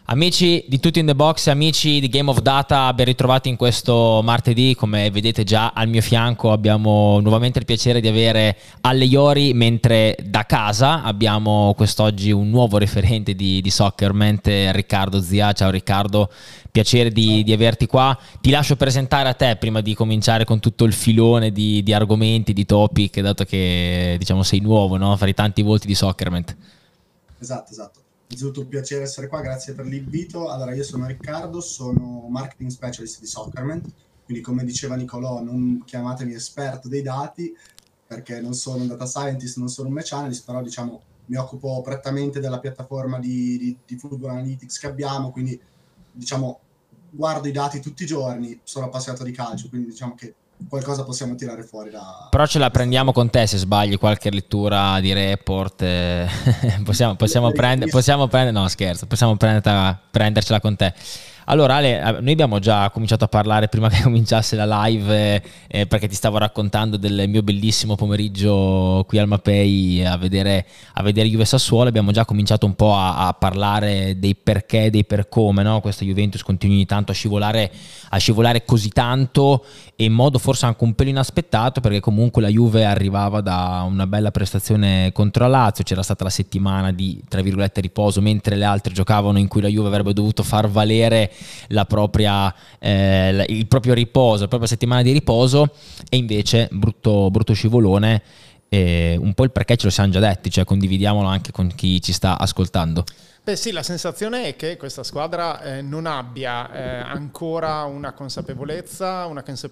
Amici di Tutti in the Box, amici di Game of Data, ben ritrovati in questo martedì. Come vedete già al mio fianco abbiamo nuovamente il piacere di avere Alle Iori, mentre da casa abbiamo quest'oggi un nuovo referente di Soccerment, Riccardo Zia. Ciao Riccardo, piacere di averti qua. Ti lascio presentare a te prima di cominciare con tutto il filone di argomenti, di topic, dato che diciamo sei nuovo, no? Fare tanti volti di Soccerment. Esatto. Innanzitutto un piacere essere qua, grazie per l'invito. Allora, io sono Riccardo, sono marketing specialist di Soccerment, quindi come diceva Nicolò, non chiamatemi esperto dei dati, perché non sono un data scientist, non sono un match analyst, però diciamo mi occupo prettamente della piattaforma di Football Analytics che abbiamo, quindi diciamo guardo i dati tutti i giorni, sono appassionato di calcio, quindi diciamo che qualcosa possiamo tirare fuori da... Però ce la prendiamo con te se sbagli qualche lettura di report. Possiamo prendere, no scherzo, possiamo prendercela con te. Allora Ale, noi abbiamo già cominciato a parlare prima che cominciasse la live, perché ti stavo raccontando del mio bellissimo pomeriggio qui al Mapei a vedere Juve Sassuolo. Abbiamo già cominciato un po' a parlare dei perché, dei per come, no? Questa Juventus continua ogni tanto a scivolare così tanto e in modo forse anche un pelo inaspettato, perché comunque la Juve arrivava da una bella prestazione contro la Lazio, c'era stata la settimana di tra virgolette riposo mentre le altre giocavano, in cui la Juve avrebbe dovuto far valere il proprio riposo, la propria settimana di riposo, e invece brutto scivolone. Un po' il perché ce lo siamo già detti, cioè condividiamolo anche con chi ci sta ascoltando. Beh sì, la sensazione è che questa squadra non abbia ancora una consapevolezza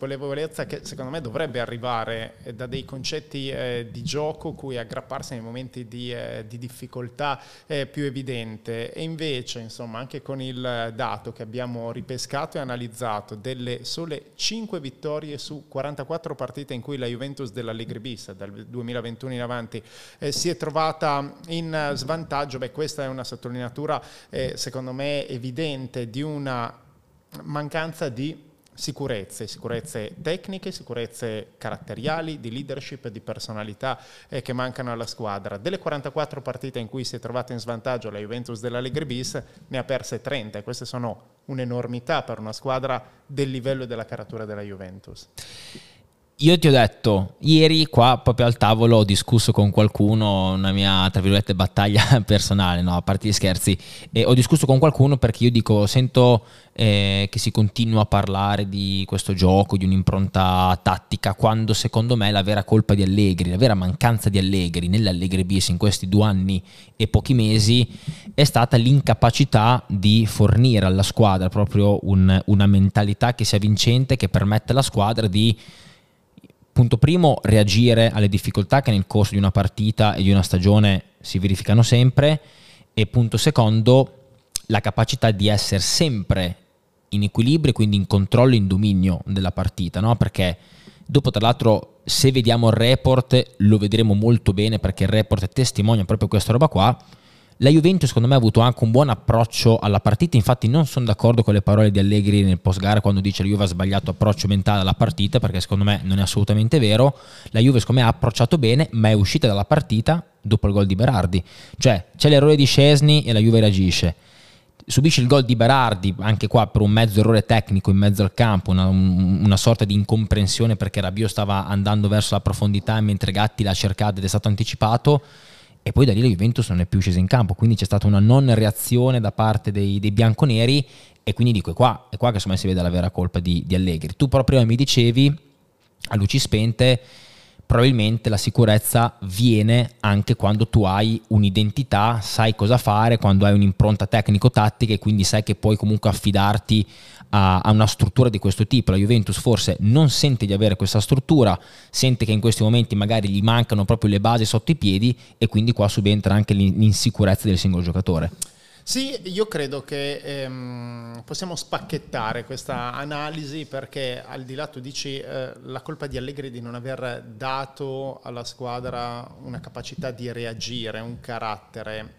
che secondo me dovrebbe arrivare da dei concetti di gioco cui aggrapparsi nei momenti di difficoltà più evidente, e invece insomma anche con il dato che abbiamo ripescato e analizzato delle sole 5 vittorie su 44 partite in cui la Juventus dell'Allegri bis dal 2021 in avanti si è trovata in svantaggio, beh questa è una sottolineatura secondo me evidente di una mancanza di sicurezze tecniche, sicurezze caratteriali, di leadership, di personalità che mancano alla squadra. Delle 44 partite in cui si è trovata in svantaggio la Juventus dell'Allegri bis ne ha perse 30, e queste sono un'enormità per una squadra del livello e della caratura della Juventus. Io ti ho detto, ieri qua proprio al tavolo ho discusso con qualcuno, una mia, tra virgolette, battaglia personale, no, a parte gli scherzi, e ho discusso con qualcuno perché io dico, sento che si continua a parlare di questo gioco, di un'impronta tattica, quando secondo me la vera colpa di Allegri, la vera mancanza di Allegri nell'Allegri bis in questi 2 anni e pochi mesi è stata l'incapacità di fornire alla squadra proprio una mentalità che sia vincente, che permette alla squadra di, punto primo, reagire alle difficoltà che nel corso di una partita e di una stagione si verificano sempre, e punto secondo, la capacità di essere sempre in equilibrio, quindi in controllo e in dominio della partita, no? Perché dopo, tra l'altro, se vediamo il report lo vedremo molto bene, perché il report testimonia proprio questa roba qua. La Juventus secondo me ha avuto anche un buon approccio alla partita, infatti non sono d'accordo con le parole di Allegri nel post gara quando dice la Juve ha sbagliato approccio mentale alla partita, perché secondo me non è assolutamente vero. La Juve secondo me ha approcciato bene, ma è uscita dalla partita dopo il gol di Berardi, cioè c'è l'errore di Szczesny e la Juve reagisce, subisce il gol di Berardi anche qua per un mezzo errore tecnico in mezzo al campo, una sorta di incomprensione perché Rabiot stava andando verso la profondità mentre Gatti l'ha cercata ed è stato anticipato. E poi da lì la Juventus non è più scesa in campo, quindi c'è stata una non reazione da parte dei bianconeri, e quindi dico è qua che secondo me si vede la vera colpa di Allegri. Tu proprio mi dicevi a luci spente, probabilmente la sicurezza viene anche quando tu hai un'identità, sai cosa fare, quando hai un'impronta tecnico-tattica, e quindi sai che puoi comunque affidarti a una struttura di questo tipo. La Juventus forse non sente di avere questa struttura, sente che in questi momenti magari gli mancano proprio le basi sotto i piedi, e quindi qua subentra anche l'insicurezza del singolo giocatore. Sì, io credo che possiamo spacchettare questa analisi, perché al di là tu dici la colpa di Allegri di non aver dato alla squadra una capacità di reagire, un carattere.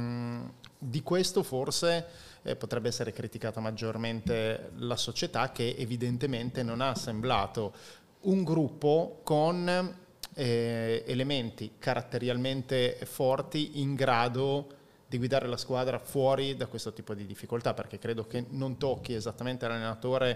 Di questo forse potrebbe essere criticata maggiormente la società, che evidentemente non ha assemblato un gruppo con elementi caratterialmente forti in grado di guidare la squadra fuori da questo tipo di difficoltà, perché credo che non tocchi esattamente all'allenatore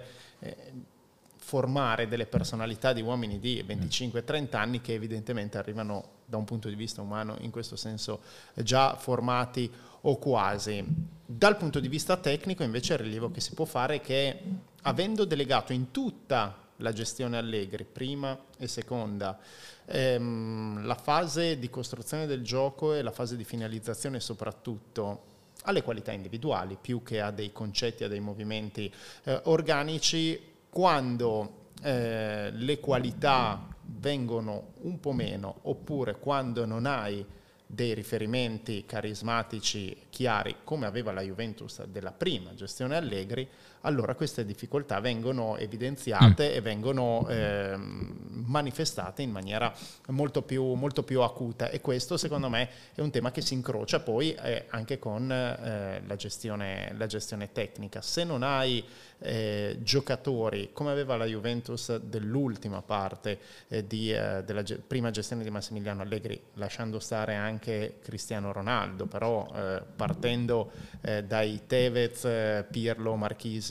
formare delle personalità di uomini di 25-30 anni che evidentemente arrivano da un punto di vista umano in questo senso già formati o quasi. Dal punto di vista tecnico invece il rilievo che si può fare è che, avendo delegato in tutta la gestione Allegri, prima e seconda, la fase di costruzione del gioco e la fase di finalizzazione soprattutto alle qualità individuali più che a dei concetti, a dei movimenti organici, quando le qualità vengono un po' meno, oppure quando non hai dei riferimenti carismatici chiari come aveva la Juventus della prima gestione Allegri, allora queste difficoltà vengono evidenziate e vengono manifestate in maniera molto più acuta, e questo secondo me è un tema che si incrocia poi anche con la gestione tecnica. Se non hai giocatori come aveva la Juventus dell'ultima parte della prima gestione di Massimiliano Allegri, lasciando stare anche Cristiano Ronaldo, però partendo dai Tevez, Pirlo, Marchisio,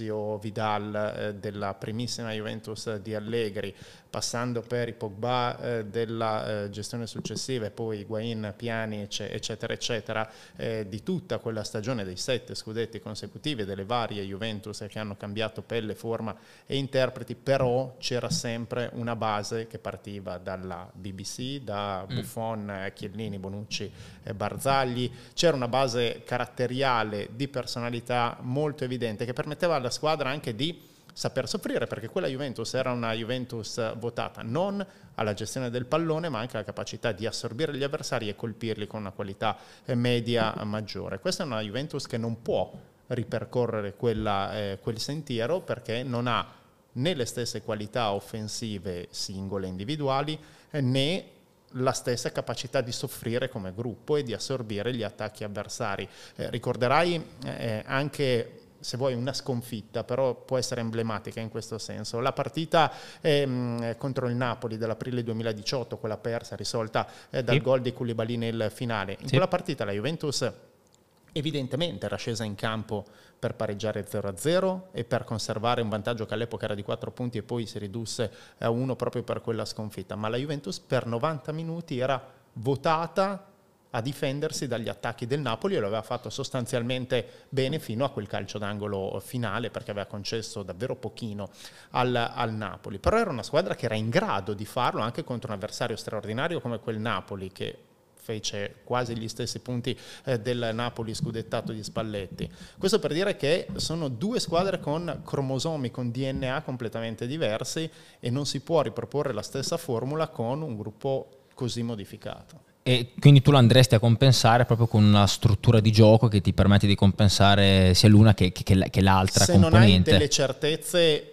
Vidal della primissima Juventus di Allegri, passando per i Pogba della gestione successiva e poi Higuain, Pjanic, eccetera eccetera, di tutta quella stagione dei 7 scudetti consecutivi delle varie Juventus che hanno cambiato pelle, forma e interpreti, però c'era sempre una base che partiva dalla BBC, da Buffon, Chiellini, Bonucci e Barzagli. C'era una base caratteriale di personalità molto evidente che permetteva alla squadra anche di saper soffrire, perché quella Juventus era una Juventus votata non alla gestione del pallone ma anche alla capacità di assorbire gli avversari e colpirli con una qualità media maggiore. Questa è una Juventus che non può ripercorrere quel sentiero, perché non ha né le stesse qualità offensive singole individuali né la stessa capacità di soffrire come gruppo e di assorbire gli attacchi avversari. Ricorderai anche, se vuoi, una sconfitta, però può essere emblematica in questo senso. La partita contro il Napoli dell'aprile 2018, quella persa, risolta dal gol di Koulibaly nel finale. In quella partita la Juventus evidentemente era scesa in campo per pareggiare 0-0 e per conservare un vantaggio che all'epoca era di 4 punti e poi si ridusse a 1 proprio per quella sconfitta. Ma la Juventus per 90 minuti era votata a difendersi dagli attacchi del Napoli e lo aveva fatto sostanzialmente bene fino a quel calcio d'angolo finale, perché aveva concesso davvero pochino al Napoli. Però era una squadra che era in grado di farlo anche contro un avversario straordinario come quel Napoli, che fece quasi gli stessi punti del Napoli scudettato di Spalletti. Questo per dire che sono due squadre con cromosomi, con DNA completamente diversi, e non si può riproporre la stessa formula con un gruppo così modificato. E quindi tu lo andresti a compensare proprio con una struttura di gioco che ti permette di compensare sia l'una che l'altra componente. Se non hai delle certezze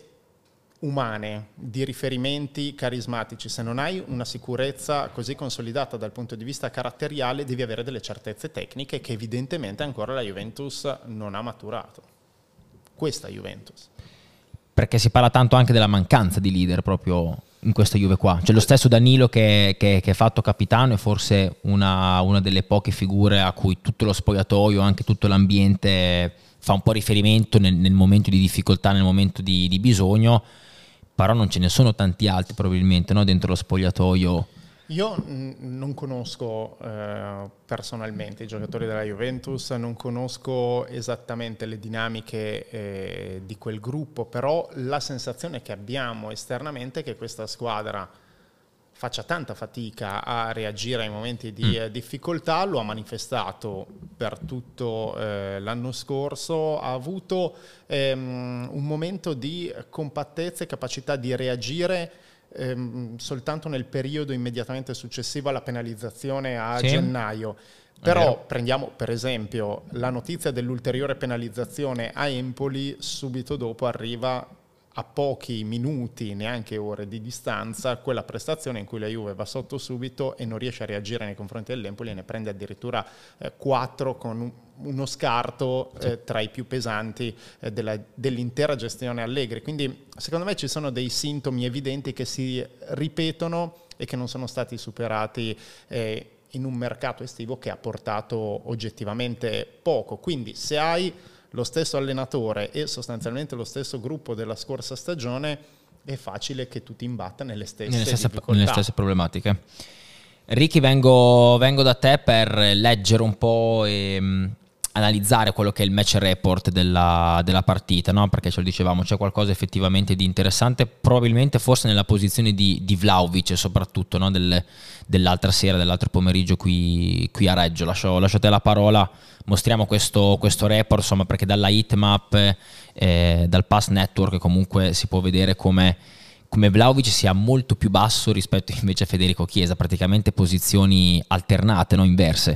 umane, di riferimenti carismatici, se non hai una sicurezza così consolidata dal punto di vista caratteriale, devi avere delle certezze tecniche che evidentemente ancora la Juventus non ha maturato. Questa Juventus. Perché si parla tanto anche della mancanza di leader proprio in questa Juve qua. C'è lo stesso Danilo che è fatto capitano, e forse una delle poche figure a cui tutto lo spogliatoio, anche tutto l'ambiente fa un po' riferimento nel momento di difficoltà, nel momento di bisogno, però non ce ne sono tanti altri probabilmente, no? Dentro lo spogliatoio. Io non conosco personalmente i giocatori della Juventus, non conosco esattamente le dinamiche di quel gruppo, però la sensazione che abbiamo esternamente è che questa squadra faccia tanta fatica a reagire ai momenti di difficoltà. Lo ha manifestato per tutto l'anno scorso, ha avuto un momento di compattezza e capacità di reagire soltanto nel periodo immediatamente successivo alla penalizzazione a gennaio. Però prendiamo per esempio la notizia dell'ulteriore penalizzazione a Empoli, subito dopo arriva, a pochi minuti, neanche ore di distanza, quella prestazione in cui la Juve va sotto subito e non riesce a reagire nei confronti dell'Empoli e ne prende addirittura 4 con uno scarto tra i più pesanti dell'intera gestione Allegri. Quindi secondo me ci sono dei sintomi evidenti che si ripetono e che non sono stati superati in un mercato estivo che ha portato oggettivamente poco. Quindi se hai lo stesso allenatore e sostanzialmente lo stesso gruppo della scorsa stagione, è facile che tu ti imbatta nelle stesse problematiche. Ricky, vengo da te per leggere un po' e analizzare quello che è il match report della partita, no? Perché ce lo dicevamo, c'è qualcosa effettivamente di interessante, probabilmente forse nella posizione di Vlahovic soprattutto, no? Dell'altra sera, dell'altro pomeriggio qui a Reggio. Lascio a te la parola, mostriamo questo report, insomma, perché dalla heatmap, dal pass network comunque si può vedere come Vlahovic sia molto più basso rispetto invece a Federico Chiesa, praticamente posizioni alternate, no? Inverse.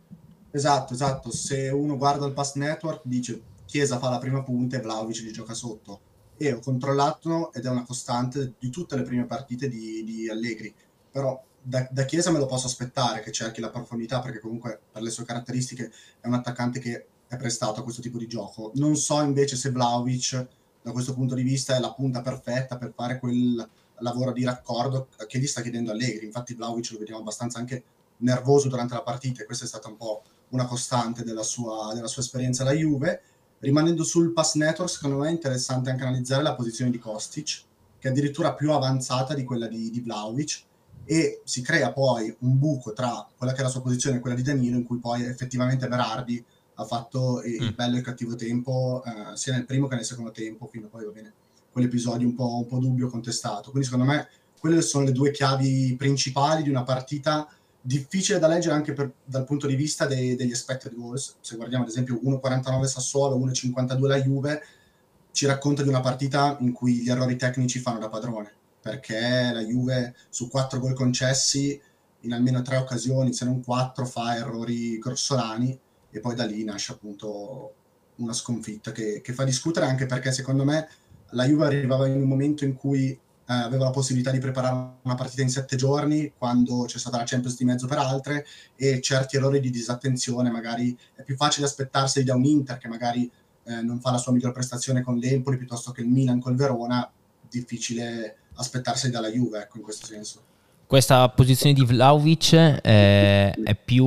Esatto. Se uno guarda il pass network dice Chiesa fa la prima punta e Vlahovic gli gioca sotto. E ho controllato ed è una costante di tutte le prime partite di Allegri. Però da Chiesa me lo posso aspettare che cerchi la profondità, perché comunque per le sue caratteristiche è un attaccante che è prestato a questo tipo di gioco. Non so invece se Vlahovic da questo punto di vista è la punta perfetta per fare quel lavoro di raccordo che gli sta chiedendo Allegri. Infatti Vlahovic lo vediamo abbastanza anche nervoso durante la partita e questa è stata un po' una costante della sua esperienza alla Juve. Rimanendo sul pass network, secondo me è interessante anche analizzare la posizione di Kostic, che è addirittura più avanzata di quella di Vlahovic, e si crea poi un buco tra quella che è la sua posizione e quella di Danilo, in cui poi effettivamente Berardi ha fatto il bello e il cattivo tempo sia nel primo che nel secondo tempo, fino a poi quell'episodio un po' dubbio, contestato. Quindi secondo me quelle sono le due chiavi principali di una partita difficile da leggere anche dal punto di vista degli expected goals. Se guardiamo ad esempio 1,49 Sassuolo, 1,52 la Juve, ci racconta di una partita in cui gli errori tecnici fanno da padrone, perché la Juve su 4 gol concessi in almeno 3 occasioni, se non 4, fa errori grossolani, e poi da lì nasce appunto una sconfitta che fa discutere, anche perché secondo me la Juve arrivava in un momento in cui aveva la possibilità di preparare una partita in 7 giorni, quando c'è stata la Champions di mezzo per altre, e certi errori di disattenzione magari è più facile aspettarseli da un Inter che magari non fa la sua miglior prestazione con l'Empoli, piuttosto che il Milan col Verona. Difficile aspettarseli dalla Juve, ecco, in questo senso. Questa posizione di Vlahovic è più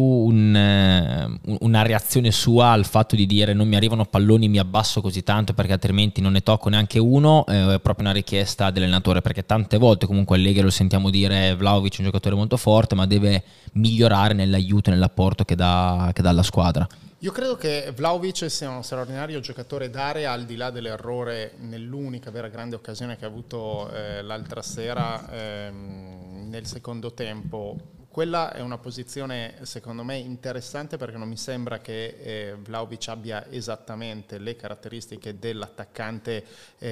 una reazione sua al fatto di dire non mi arrivano palloni, mi abbasso così tanto perché altrimenti non ne tocco neanche uno, è proprio una richiesta dell'allenatore, perché tante volte comunque Allegri lo sentiamo dire Vlahovic è un giocatore molto forte ma deve migliorare nell'aiuto e nell'apporto che dà alla squadra. Io credo che Vlahovic sia uno straordinario giocatore d'area, al di là dell'errore nell'unica vera grande occasione che ha avuto l'altra sera nel secondo tempo. Quella è una posizione secondo me interessante, perché non mi sembra che Vlahovic abbia esattamente le caratteristiche dell'attaccante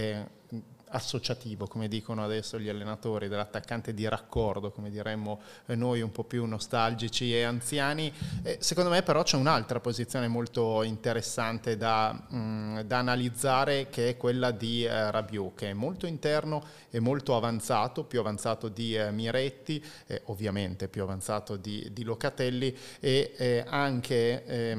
associativo, come dicono adesso gli allenatori, dell'attaccante di raccordo, come diremmo noi un po' più nostalgici e anziani. Secondo me però c'è un'altra posizione molto interessante da analizzare, che è quella di Rabiot, che è molto interno e molto avanzato, più avanzato di Miretti, ovviamente più avanzato di Locatelli, e anche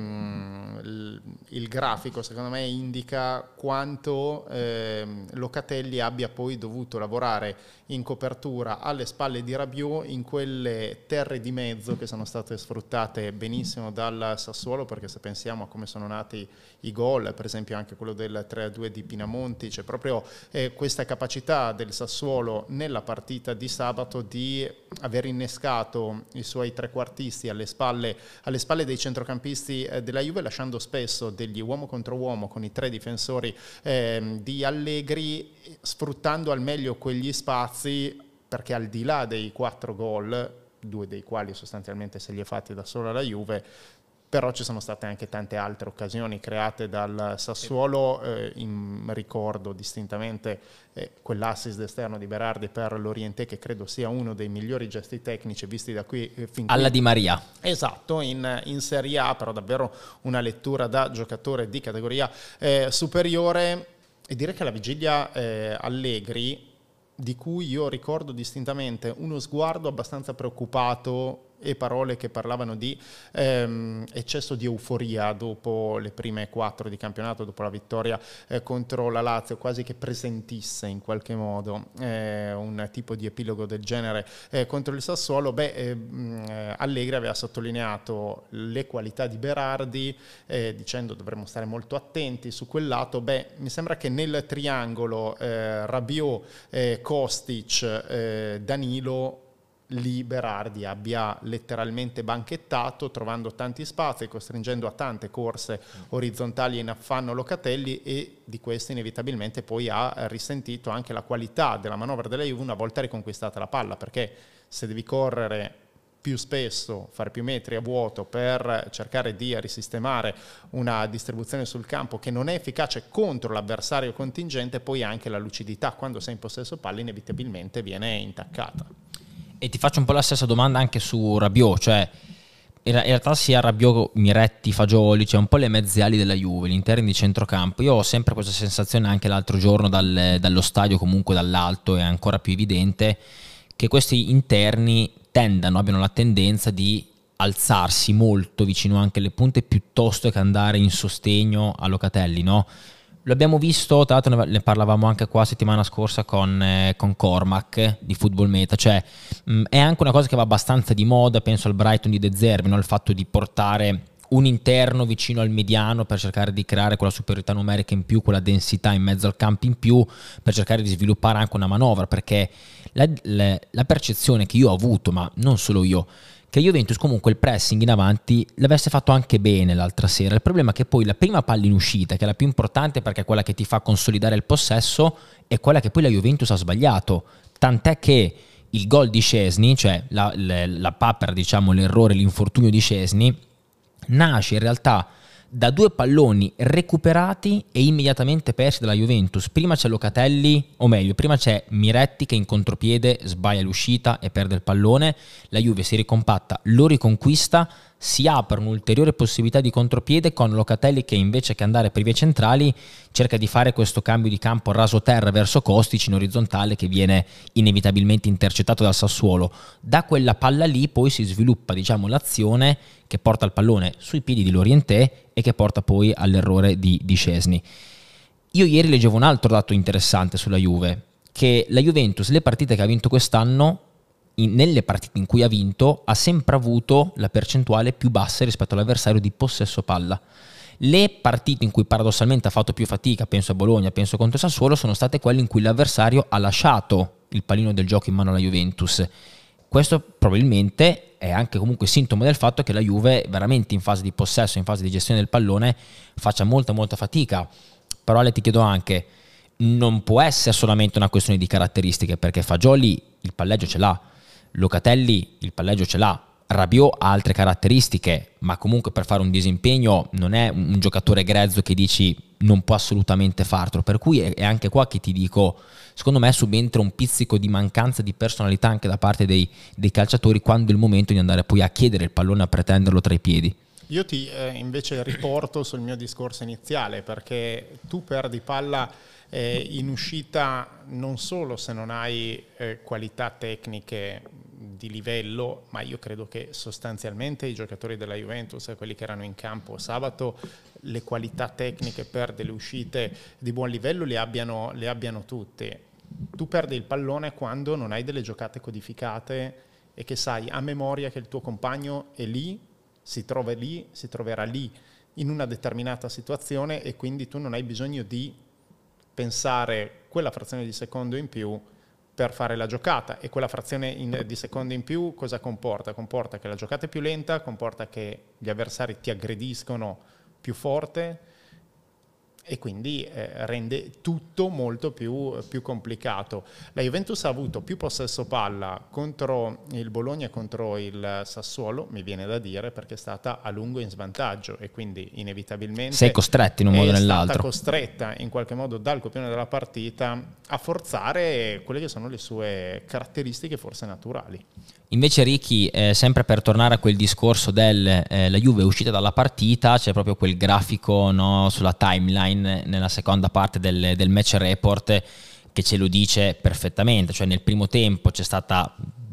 il grafico secondo me indica quanto Locatelli abbia poi dovuto lavorare in copertura alle spalle di Rabiot in quelle terre di mezzo che sono state sfruttate benissimo dal Sassuolo, perché se pensiamo a come sono nati i gol, per esempio anche quello del 3-2 di Pinamonti, c'è proprio questa capacità del Sassuolo nella partita di sabato di aver innescato i suoi trequartisti alle spalle dei centrocampisti della Juve, lasciando spesso degli uomo contro uomo con i 3 difensori di Allegri, sfruttando al meglio quegli spazi, perché al di là dei 4 gol, 2 dei quali sostanzialmente se li è fatti da sola la Juve, però ci sono state anche tante altre occasioni create dal Sassuolo. Ricordo distintamente quell'assist esterno di Berardi per l'Orientè, che credo sia uno dei migliori gesti tecnici visti da qui fin qui. Alla Di Maria. Esatto, in Serie A, però davvero una lettura da giocatore di categoria superiore. E direi che la vigilia Allegri, di cui io ricordo distintamente uno sguardo abbastanza preoccupato e parole che parlavano di eccesso di euforia dopo le prime 4 di campionato, dopo la vittoria contro la Lazio, quasi che presentisse in qualche modo un tipo di epilogo del genere contro il Sassuolo. Allegri aveva sottolineato le qualità di Berardi, dicendo dovremmo stare molto attenti su quel lato. Mi sembra che nel triangolo Rabiot, Kostic, Danilo, lì Berardi abbia letteralmente banchettato, trovando tanti spazi, costringendo a tante corse orizzontali in affanno Locatelli, e di questo inevitabilmente poi ha risentito anche la qualità della manovra della Juve una volta riconquistata la palla, perché se devi correre più spesso, fare più metri a vuoto per cercare di risistemare una distribuzione sul campo che non è efficace contro l'avversario contingente, poi anche la lucidità quando sei in possesso palla inevitabilmente viene intaccata. E ti faccio un po' la stessa domanda anche su Rabiot, cioè in realtà sia Rabiot, Miretti, Fagioli, cioè un po' le mezze ali della Juve, gli interni di centrocampo. Io ho sempre questa sensazione, anche l'altro giorno dallo stadio, comunque dall'alto è ancora più evidente, che questi interni abbiano la tendenza di alzarsi molto vicino anche alle punte piuttosto che andare in sostegno a Locatelli, no? Lo abbiamo visto, tra l'altro ne parlavamo anche qua settimana scorsa con Cormac di Football Meta, cioè è anche una cosa che va abbastanza di moda, penso al Brighton di De Zerbi, no? Il fatto di portare un interno vicino al mediano per cercare di creare quella superiorità numerica in più, quella densità in mezzo al campo in più, per cercare di sviluppare anche una manovra, perché la percezione che io ho avuto, ma non solo io, che Juventus comunque il pressing in avanti l'avesse fatto anche bene l'altra sera. Il problema è che poi la prima palla in uscita, che è la più importante perché è quella che ti fa consolidare il possesso, è quella che poi la Juventus ha sbagliato, tant'è che il gol di Szczęsny, cioè la papera, diciamo l'errore, l'infortunio di Szczęsny, nasce in realtà da 2 palloni recuperati e immediatamente persi dalla Juventus. Prima c'è Locatelli, o meglio, prima c'è Miretti che in contropiede sbaglia l'uscita e perde il pallone, la Juve si ricompatta, lo riconquista, si apre un'ulteriore possibilità di contropiede con Locatelli che invece che andare per vie centrali cerca di fare questo cambio di campo raso terra verso Kostic in orizzontale, che viene inevitabilmente intercettato dal Sassuolo. Da quella palla lì poi si sviluppa, diciamo, l'azione che porta il pallone sui piedi di Lorientè e che porta poi all'errore di Szczęsny. Io ieri leggevo un altro dato interessante sulla Juve, che la Juventus, le partite che ha vinto quest'anno, nelle partite in cui ha vinto, ha sempre avuto la percentuale più bassa rispetto all'avversario di possesso palla. Le partite in cui paradossalmente ha fatto più fatica, penso a Bologna, penso contro Sassuolo, sono state quelle in cui l'avversario ha lasciato il pallino del gioco in mano alla Juventus. Questo probabilmente è anche comunque sintomo del fatto che la Juve veramente in fase di possesso, in fase di gestione del pallone, faccia molta fatica. Però Ale, ti chiedo anche, non può essere solamente una questione di caratteristiche, perché Fagioli il palleggio ce l'ha, Locatelli il palleggio ce l'ha, Rabiot ha altre caratteristiche, ma comunque per fare un disimpegno non è un giocatore grezzo che dici non può assolutamente farlo, per cui è anche qua che ti dico, secondo me subentra un pizzico di mancanza di personalità anche da parte dei calciatori quando è il momento di andare poi a chiedere il pallone, a pretenderlo tra i piedi. Io ti invece riporto sul mio discorso iniziale, perché tu perdi palla in uscita non solo se non hai qualità tecniche di livello, ma io credo che sostanzialmente i giocatori della Juventus, quelli che erano in campo sabato, le qualità tecniche per delle uscite di buon livello le abbiano tutte. Tu perdi il pallone quando non hai delle giocate codificate e che sai a memoria che il tuo compagno è lì, si troverà lì in una determinata situazione, e quindi tu non hai bisogno di pensare quella frazione di secondo in più per fare la giocata. E quella frazione di secondo in più cosa comporta? Comporta che la giocata è più lenta, comporta che gli avversari ti aggrediscono più forte, e quindi rende tutto molto più complicato. La Juventus ha avuto più possesso palla contro il Bologna e contro il Sassuolo, mi viene da dire, perché è stata a lungo in svantaggio, e quindi inevitabilmente sei costretto in un modo o nell'altro. È stata costretta in qualche modo dal copione della partita a forzare quelle che sono le sue caratteristiche forse naturali. Invece Ricky, sempre per tornare a quel discorso la Juve è uscita dalla partita, c'è proprio quel grafico, no, sulla timeline nella seconda parte del match report che ce lo dice perfettamente, cioè nel primo tempo c'è stata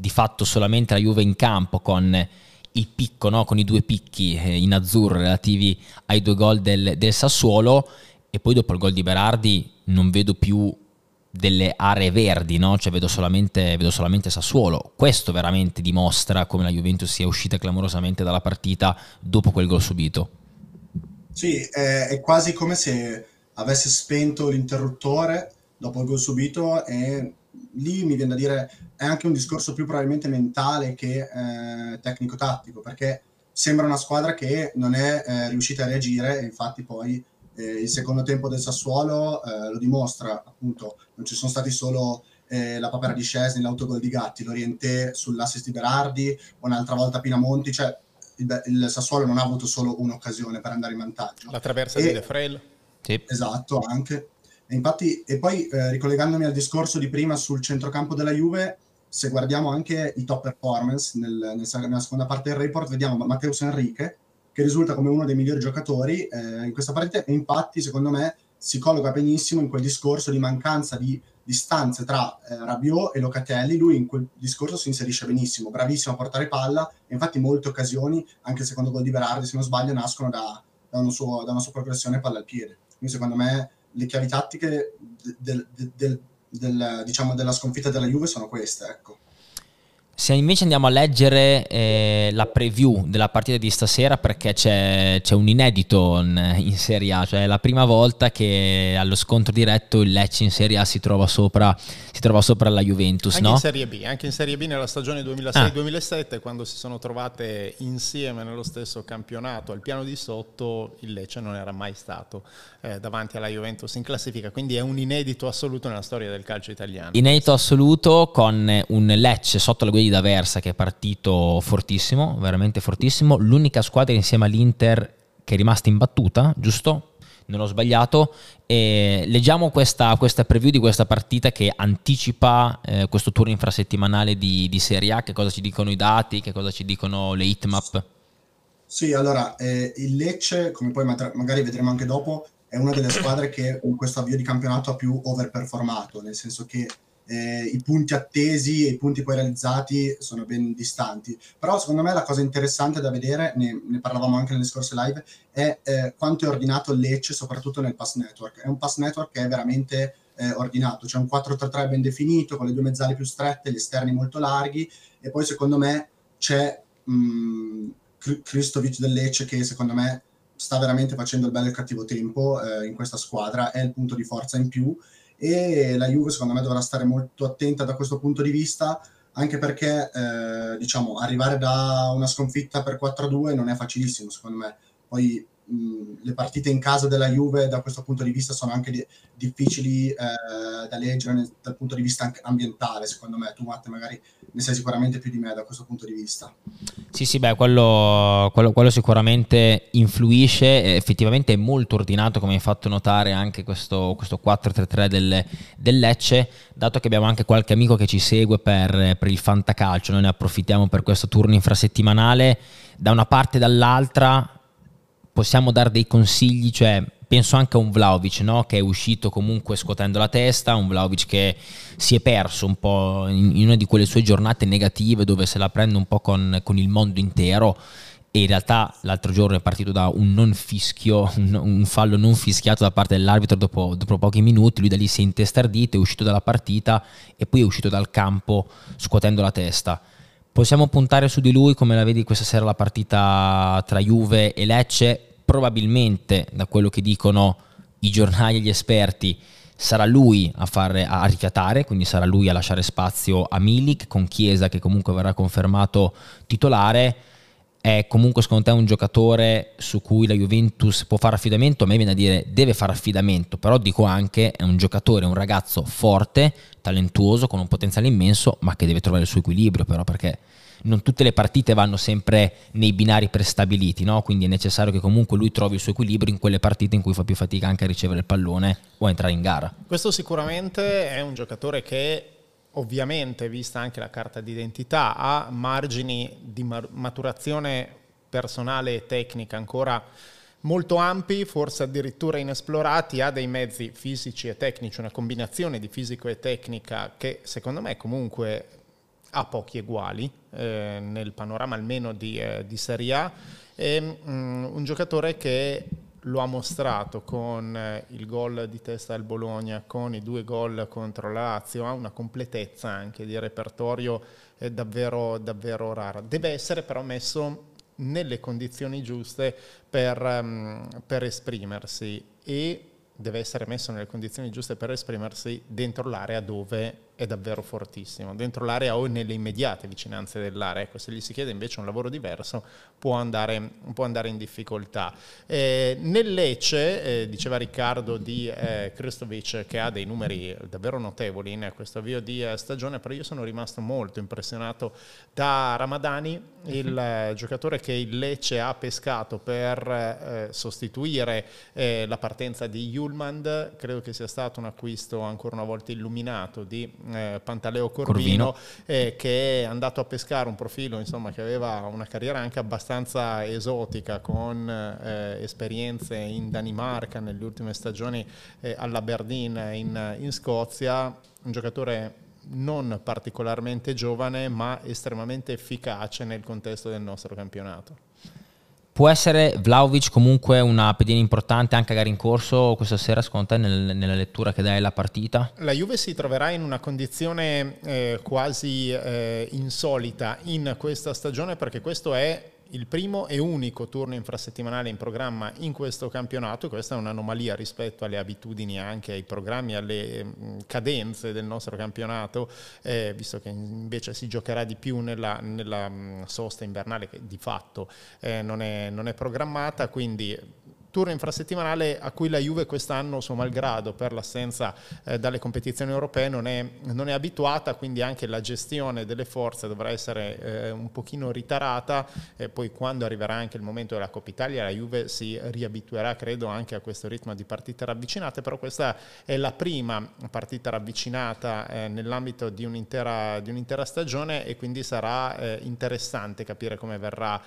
di fatto solamente la Juve in campo con il picco, no? Con i 2 picchi in azzurro relativi ai 2 gol del Sassuolo, e poi dopo il gol di Berardi non vedo più delle aree verdi, no? Cioè vedo solamente Sassuolo. Questo veramente dimostra come la Juventus sia uscita clamorosamente dalla partita dopo quel gol subito. Sì, è quasi come se avesse spento l'interruttore dopo il gol subito, e lì mi viene da dire è anche un discorso più probabilmente mentale che tecnico-tattico, perché sembra una squadra che non è riuscita a reagire, e infatti poi il secondo tempo del Sassuolo lo dimostra, appunto. Non ci sono stati solo la papera di Szczesny, l'autogol di Gatti, l'Orientè sull'assist di Berardi, un'altra volta Pinamonti, cioè il Sassuolo non ha avuto solo un'occasione per andare in vantaggio. La traversa di De Frel. Sì. Esatto, anche. E infatti, e poi ricollegandomi al discorso di prima sul centrocampo della Juve, se guardiamo anche i top performance nella seconda parte del report, vediamo Mateus Henrique, che risulta come uno dei migliori giocatori in questa partita, e infatti secondo me si colloca benissimo in quel discorso di mancanza di distanze tra Rabiot e Locatelli. Lui in quel discorso si inserisce benissimo, bravissimo a portare palla, e infatti molte occasioni, anche il secondo gol di Berardi se non sbaglio, nascono da una sua progressione palla al piede. Quindi secondo me le chiavi tattiche diciamo della sconfitta della Juve sono queste, ecco. Se invece andiamo a leggere la preview della partita di stasera, perché c'è un inedito in Serie A, cioè è la prima volta che allo scontro diretto il Lecce in Serie A si trova sopra la Juventus, anche no? Anche in Serie B nella stagione 2006-2007, quando si sono trovate insieme nello stesso campionato al piano di sotto, il Lecce non era mai stato davanti alla Juventus in classifica, quindi è un inedito assoluto nella storia del calcio italiano. Inedito assoluto, con un Lecce sotto la guida di D'Aversa che è partito fortissimo, veramente fortissimo, l'unica squadra insieme all'Inter che è rimasta imbattuta, giusto? Non ho sbagliato. E leggiamo questa preview di questa partita che anticipa questo turno infrasettimanale di Serie A. Che cosa ci dicono i dati, che cosa ci dicono le heatmap? Sì, allora il Lecce, come poi magari vedremo anche dopo, è una delle squadre che in questo avvio di campionato ha più overperformato, nel senso che i punti attesi e i punti poi realizzati sono ben distanti. Però secondo me la cosa interessante da vedere, ne parlavamo anche nelle scorse live, è quanto è ordinato il Lecce, soprattutto nel pass network. È un pass network che è veramente ordinato, c'è un 4-3-3 ben definito, con le 2 mezzali più strette, gli esterni molto larghi, e poi secondo me c'è Kristovic del Lecce, che secondo me sta veramente facendo il bello e il cattivo tempo in questa squadra, è il punto di forza in più, e la Juve secondo me dovrà stare molto attenta da questo punto di vista, anche perché diciamo arrivare da una sconfitta per 4-2 non è facilissimo secondo me. Poi le partite in casa della Juve da questo punto di vista sono anche difficili da leggere dal punto di vista anche ambientale, secondo me. Tu, Matte, magari ne sai sicuramente più di me da questo punto di vista. Sì, beh, quello sicuramente influisce. Effettivamente è molto ordinato, come hai fatto notare anche questo 4-3-3 del Lecce, dato che abbiamo anche qualche amico che ci segue per il fantacalcio. Noi ne approfittiamo per questo turno infrasettimanale. Da una parte e dall'altra possiamo dare dei consigli, cioè penso anche a un Vlahovic, no? Che è uscito comunque scuotendo la testa, un Vlahovic che si è perso un po' in una di quelle sue giornate negative dove se la prende un po' con il mondo intero, e in realtà l'altro giorno è partito da un non fischio, un fallo non fischiato da parte dell'arbitro dopo pochi minuti. Lui da lì si è intestardito, è uscito dalla partita e poi è uscito dal campo scuotendo la testa. Possiamo puntare su di lui? Come la vedi questa sera la partita tra Juve e Lecce? Probabilmente, da quello che dicono i giornali e gli esperti, sarà lui a rifiatare, quindi sarà lui a lasciare spazio a Milik, con Chiesa che comunque verrà confermato titolare. È comunque secondo te un giocatore su cui la Juventus può fare affidamento? A me viene a dire deve fare affidamento, però dico anche è un giocatore, un ragazzo forte, talentuoso, con un potenziale immenso, ma che deve trovare il suo equilibrio, però, perché non tutte le partite vanno sempre nei binari prestabiliti, no? Quindi è necessario che comunque lui trovi il suo equilibrio in quelle partite in cui fa più fatica anche a ricevere il pallone o a entrare in gara. Questo sicuramente è un giocatore che, ovviamente, vista anche la carta d'identità, ha margini di maturazione personale e tecnica ancora molto ampi, forse addirittura inesplorati, ha dei mezzi fisici e tecnici, una combinazione di fisico e tecnica che secondo me comunque ha pochi eguali nel panorama almeno di Serie A, è un giocatore che lo ha mostrato con il gol di testa al Bologna, con i 2 gol contro la Lazio, ha una completezza anche di repertorio davvero, davvero rara. Deve essere però messo nelle condizioni giuste per esprimersi, e deve essere messo nelle condizioni giuste per esprimersi dentro l'area dove è davvero fortissimo, dentro l'area o nelle immediate vicinanze dell'area. Ecco, se gli si chiede invece un lavoro diverso può andare in difficoltà. Nel Lecce, diceva Riccardo di Krstovic, che ha dei numeri davvero notevoli in questo avvio di stagione, però io sono rimasto molto impressionato da Ramadani, il giocatore che il Lecce ha pescato per sostituire la partenza di Hjulmand. Credo che sia stato un acquisto ancora una volta illuminato di Pantaleo Corvino. Che è andato a pescare un profilo, insomma, che aveva una carriera anche abbastanza esotica, con esperienze in Danimarca nelle ultime stagioni, all'Aberdeen in Scozia. Un giocatore non particolarmente giovane ma estremamente efficace nel contesto del nostro campionato. Può essere Vlahovic comunque una pedina importante anche a gara in corso questa sera, secondo te, nella lettura che dai alla partita? La Juve si troverà in una condizione quasi insolita in questa stagione, perché questo è il primo e unico turno infrasettimanale in programma in questo campionato. Questa è un'anomalia rispetto alle abitudini, anche ai programmi, alle cadenze del nostro campionato, visto che invece si giocherà di più nella sosta invernale, che di fatto non è programmata. Quindi turno infrasettimanale a cui la Juve quest'anno, suo malgrado, per l'assenza dalle competizioni europee non è abituata, quindi anche la gestione delle forze dovrà essere un pochino ritarata. Poi, quando arriverà anche il momento della Coppa Italia, la Juve si riabituerà, credo, anche a questo ritmo di partite ravvicinate. Però questa è la prima partita ravvicinata nell'ambito di un'intera stagione, e quindi sarà interessante capire come verrà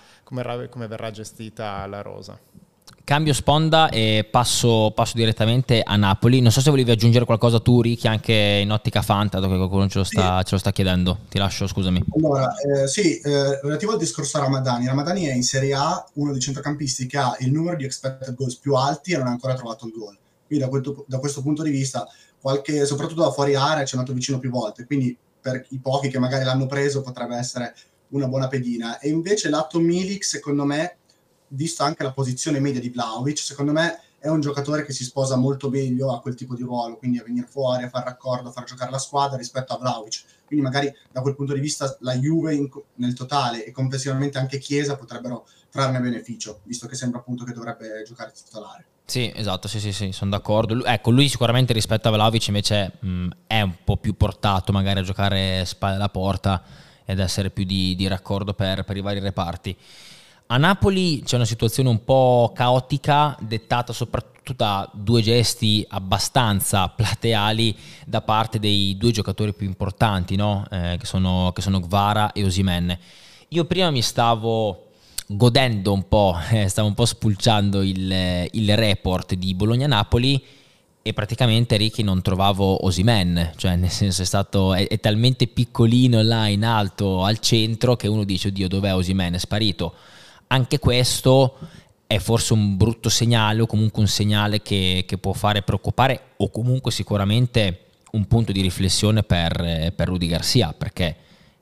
gestita la rosa. Cambio sponda e passo direttamente a Napoli. Non so se volevi aggiungere qualcosa tu, Ricky, anche in ottica Fanta, dove qualcuno ce lo sta chiedendo. Ti lascio, scusami. Allora, relativo al discorso Ramadani. Ramadani è in Serie A uno dei centrocampisti che ha il numero di expected goals più alti e non ha ancora trovato il gol. Quindi da questo punto di vista, soprattutto da fuori area, ci è andato vicino più volte. Quindi per i pochi che magari l'hanno preso potrebbe essere una buona pedina. E invece lato Milik, secondo me, visto anche la posizione media di Vlahovic, secondo me è un giocatore che si sposa molto meglio a quel tipo di ruolo, quindi a venire fuori, a far raccordo, a far giocare la squadra rispetto a Vlahovic. Quindi magari da quel punto di vista la Juve nel totale e complessivamente anche Chiesa potrebbero trarne beneficio, visto che sembra appunto che dovrebbe giocare titolare. Sì, esatto, sì, sono d'accordo. Ecco, lui sicuramente rispetto a Vlahovic invece è un po' più portato magari a giocare spalle alla porta ed essere più di raccordo per i vari reparti. A Napoli c'è una situazione un po' caotica, dettata soprattutto da 2 gesti abbastanza plateali da parte dei 2 giocatori più importanti, no? Che sono Kvara e Osimhen. Io prima mi stavo godendo un po', stavo un po' spulciando il report di Bologna-Napoli, e praticamente, Ricky, non trovavo Osimhen, cioè nel senso è talmente piccolino là in alto al centro che uno dice: oddio, dov'è Osimhen? È sparito. Anche questo è forse un brutto segnale, o comunque un segnale che può fare preoccupare, o comunque sicuramente un punto di riflessione per Rudy Garcia, perché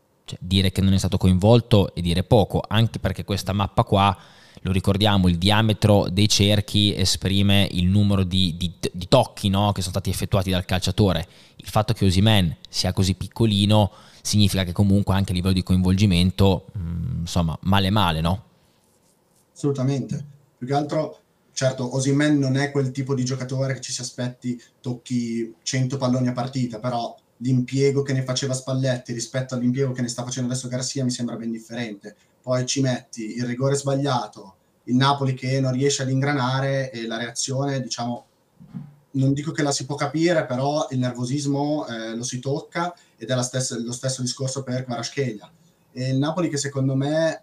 dire che non è stato coinvolto è dire poco, anche perché questa mappa qua, lo ricordiamo, il diametro dei cerchi esprime il numero di tocchi, no, che sono stati effettuati dal calciatore. Il fatto che Osimhen sia così piccolino significa che comunque anche a livello di coinvolgimento, insomma, male, no? Assolutamente. Più che altro, certo, Osimhen non è quel tipo di giocatore che ci si aspetti tocchi 100 palloni a partita, però l'impiego che ne faceva Spalletti rispetto all'impiego che ne sta facendo adesso Garcia mi sembra ben differente. Poi ci metti il rigore sbagliato, il Napoli che non riesce ad ingranare, e la reazione, diciamo, non dico che la si può capire, però il nervosismo lo si tocca, ed è lo stesso discorso per Kvaratskhelia. E il Napoli che secondo me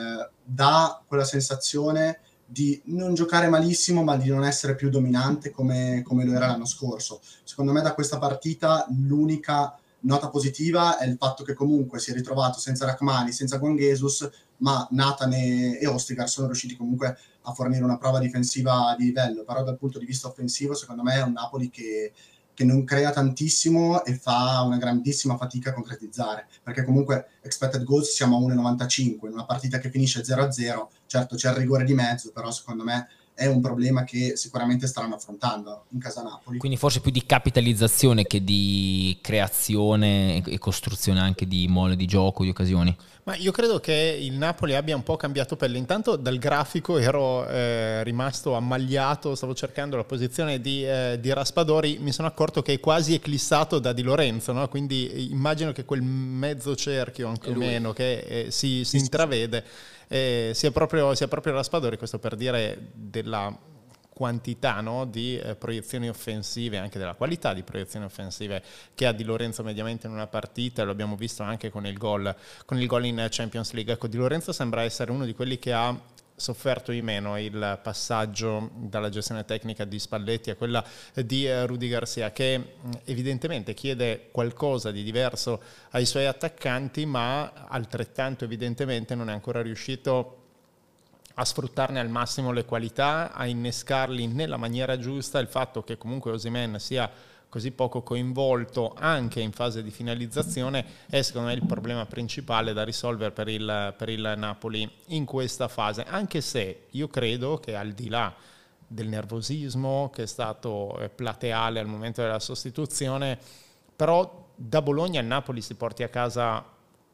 dà quella sensazione di non giocare malissimo, ma di non essere più dominante come lo era l'anno scorso. Secondo me da questa partita l'unica Nota positiva è il fatto che comunque si è ritrovato senza Rachmani, senza Juan Jesus, ma Nathan e Ostigar sono riusciti comunque a fornire una prova difensiva di livello, però dal punto di vista offensivo secondo me è un Napoli che non crea tantissimo e fa una grandissima fatica a concretizzare, perché comunque expected goals siamo a 1,95 in una partita che finisce 0-0, certo c'è il rigore di mezzo, però secondo me è un problema che sicuramente staranno affrontando in casa Napoli. Quindi forse più di capitalizzazione che di creazione e costruzione anche di mole di gioco, di occasioni. Ma io credo che il Napoli abbia un po' cambiato pelle. Intanto dal grafico ero rimasto ammagliato, stavo cercando la posizione di Raspadori, mi sono accorto che è quasi eclissato da Di Lorenzo, no? Quindi immagino che quel mezzo cerchio, anche o meno, che si intravede, sia proprio Raspadori. Questo per dire della quantità, no, di proiezioni offensive, anche della qualità di proiezioni offensive che ha Di Lorenzo mediamente in una partita, lo abbiamo visto anche con il gol in Champions League. Ecco, Di Lorenzo sembra essere uno di quelli che ha sofferto di meno il passaggio dalla gestione tecnica di Spalletti a quella di Rudy Garcia, che evidentemente chiede qualcosa di diverso ai suoi attaccanti, ma altrettanto evidentemente non è ancora riuscito a sfruttarne al massimo le qualità, a innescarli nella maniera giusta. Il fatto che comunque Osimhen sia così poco coinvolto anche in fase di finalizzazione è secondo me il problema principale da risolvere per il Napoli in questa fase, anche se io credo che al di là del nervosismo che è stato plateale al momento della sostituzione, però da Bologna il Napoli si porti a casa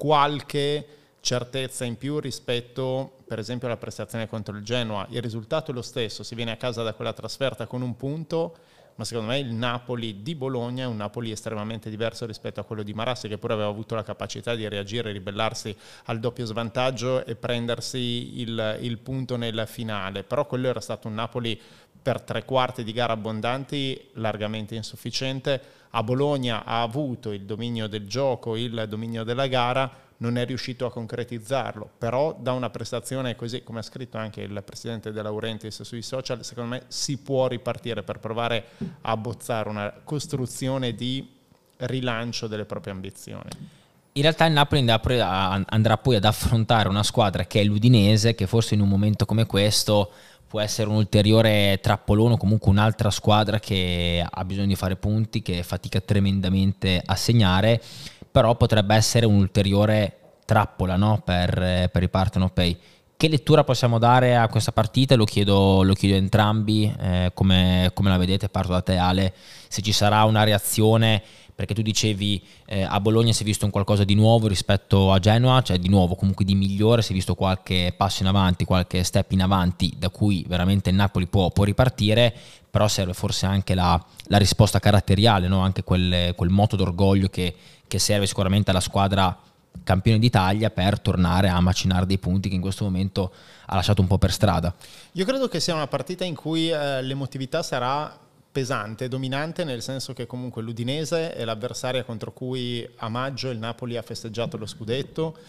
qualche certezza in più rispetto per esempio alla prestazione contro il Genoa. Il risultato è lo stesso, si viene a casa da quella trasferta con un punto, ma secondo me il Napoli di Bologna è un Napoli estremamente diverso rispetto a quello di Marassi, che pure aveva avuto la capacità di reagire, ribellarsi al doppio svantaggio e prendersi il punto nel finale. Però quello era stato un Napoli per tre quarti di gara abbondanti largamente insufficiente. A Bologna ha avuto il dominio del gioco, il dominio della gara, non è riuscito a concretizzarlo, però da una prestazione così, come ha scritto anche il presidente De Laurentiis sui social, secondo me si può ripartire per provare a abbozzare una costruzione di rilancio delle proprie ambizioni. In realtà il Napoli andrà poi ad affrontare una squadra che è l'Udinese, che forse in un momento come questo può essere un ulteriore trappolone o comunque un'altra squadra che ha bisogno di fare punti, che fatica tremendamente a segnare, però potrebbe essere un'ulteriore trappola, no? per i partenopei. Che lettura possiamo dare a questa partita? Lo chiedo a entrambi, come la vedete? Parto da te, Ale, se ci sarà una reazione, perché tu dicevi a Bologna si è visto un qualcosa di nuovo rispetto a Genoa, cioè di nuovo, comunque di migliore, si è visto qualche passo in avanti, qualche step in avanti da cui veramente il Napoli può ripartire, però serve forse anche la risposta caratteriale, no? Anche quel moto d'orgoglio che serve sicuramente alla squadra campione d'Italia per tornare a macinare dei punti che in questo momento ha lasciato un po' per strada. Io credo che sia una partita in cui l'emotività sarà pesante, dominante, nel senso che comunque l'Udinese è l'avversaria contro cui a maggio il Napoli ha festeggiato lo scudetto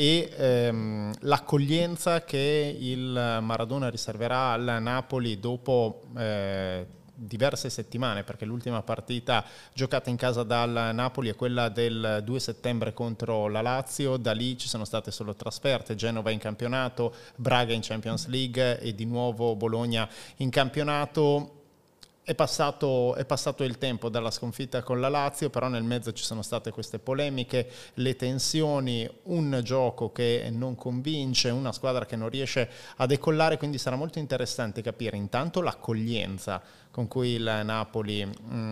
e l'accoglienza che il Maradona riserverà al Napoli dopo diverse settimane, perché l'ultima partita giocata in casa dal Napoli è quella del 2 settembre contro la Lazio. Da lì ci sono state solo trasferte: Genova in campionato, Braga in Champions League e di nuovo Bologna in campionato. È passato il tempo dalla sconfitta con la Lazio, però nel mezzo ci sono state queste polemiche, le tensioni, un gioco che non convince, una squadra che non riesce a decollare, quindi sarà molto interessante capire intanto l'accoglienza con cui il Napoli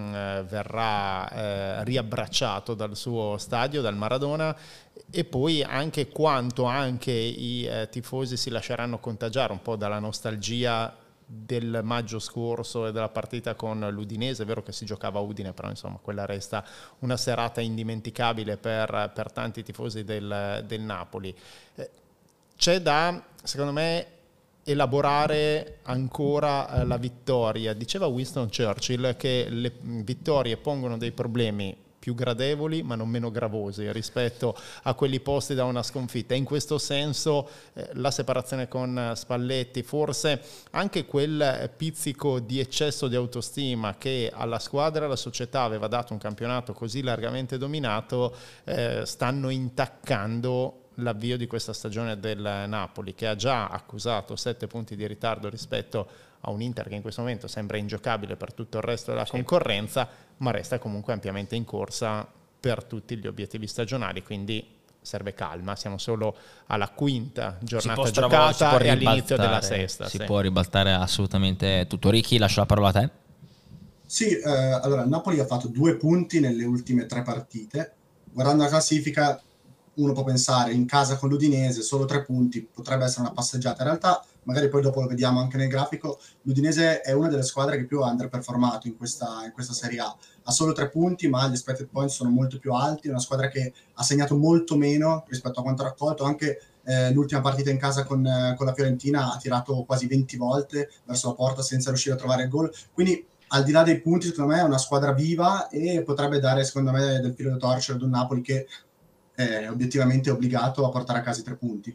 verrà riabbracciato dal suo stadio, dal Maradona, e poi anche quanto anche i tifosi si lasceranno contagiare un po' dalla nostalgia del maggio scorso e della partita con l'Udinese. È vero che si giocava a Udine, però insomma quella resta una serata indimenticabile per tanti tifosi del Napoli. C'è da, secondo me, elaborare ancora la vittoria. Diceva Winston Churchill che le vittorie pongono dei problemi più gradevoli ma non meno gravosi rispetto a quelli posti da una sconfitta. In questo senso la separazione con Spalletti, forse anche quel pizzico di eccesso di autostima che alla squadra e alla società aveva dato un campionato così largamente dominato, stanno intaccando l'avvio di questa stagione del Napoli, che ha già accusato 7 punti di ritardo rispetto a un Inter che in questo momento sembra ingiocabile per tutto il resto della concorrenza, ma resta comunque ampiamente in corsa per tutti gli obiettivi stagionali, quindi serve calma, siamo solo alla 5ª giornata giocata e all'inizio della 6ª. Si può ribaltare assolutamente tutto. Ricky, lascio la parola a te. Sì, allora il Napoli ha fatto 2 punti nelle ultime 3 partite. Guardando la classifica, uno può pensare in casa con l'Udinese solo 3 punti, potrebbe essere una passeggiata. In realtà, magari poi dopo lo vediamo anche nel grafico, l'Udinese è una delle squadre che più ha underperformato in questa Serie A. Ha solo 3 punti, ma gli expected points sono molto più alti. È una squadra che ha segnato molto meno rispetto a quanto ha raccolto. Anche l'ultima partita in casa con la Fiorentina ha tirato quasi 20 volte verso la porta senza riuscire a trovare il gol. Quindi, al di là dei punti, secondo me è una squadra viva e potrebbe dare, secondo me, del filo da torcere ad un Napoli che è obiettivamente obbligato a portare a casa i 3 punti.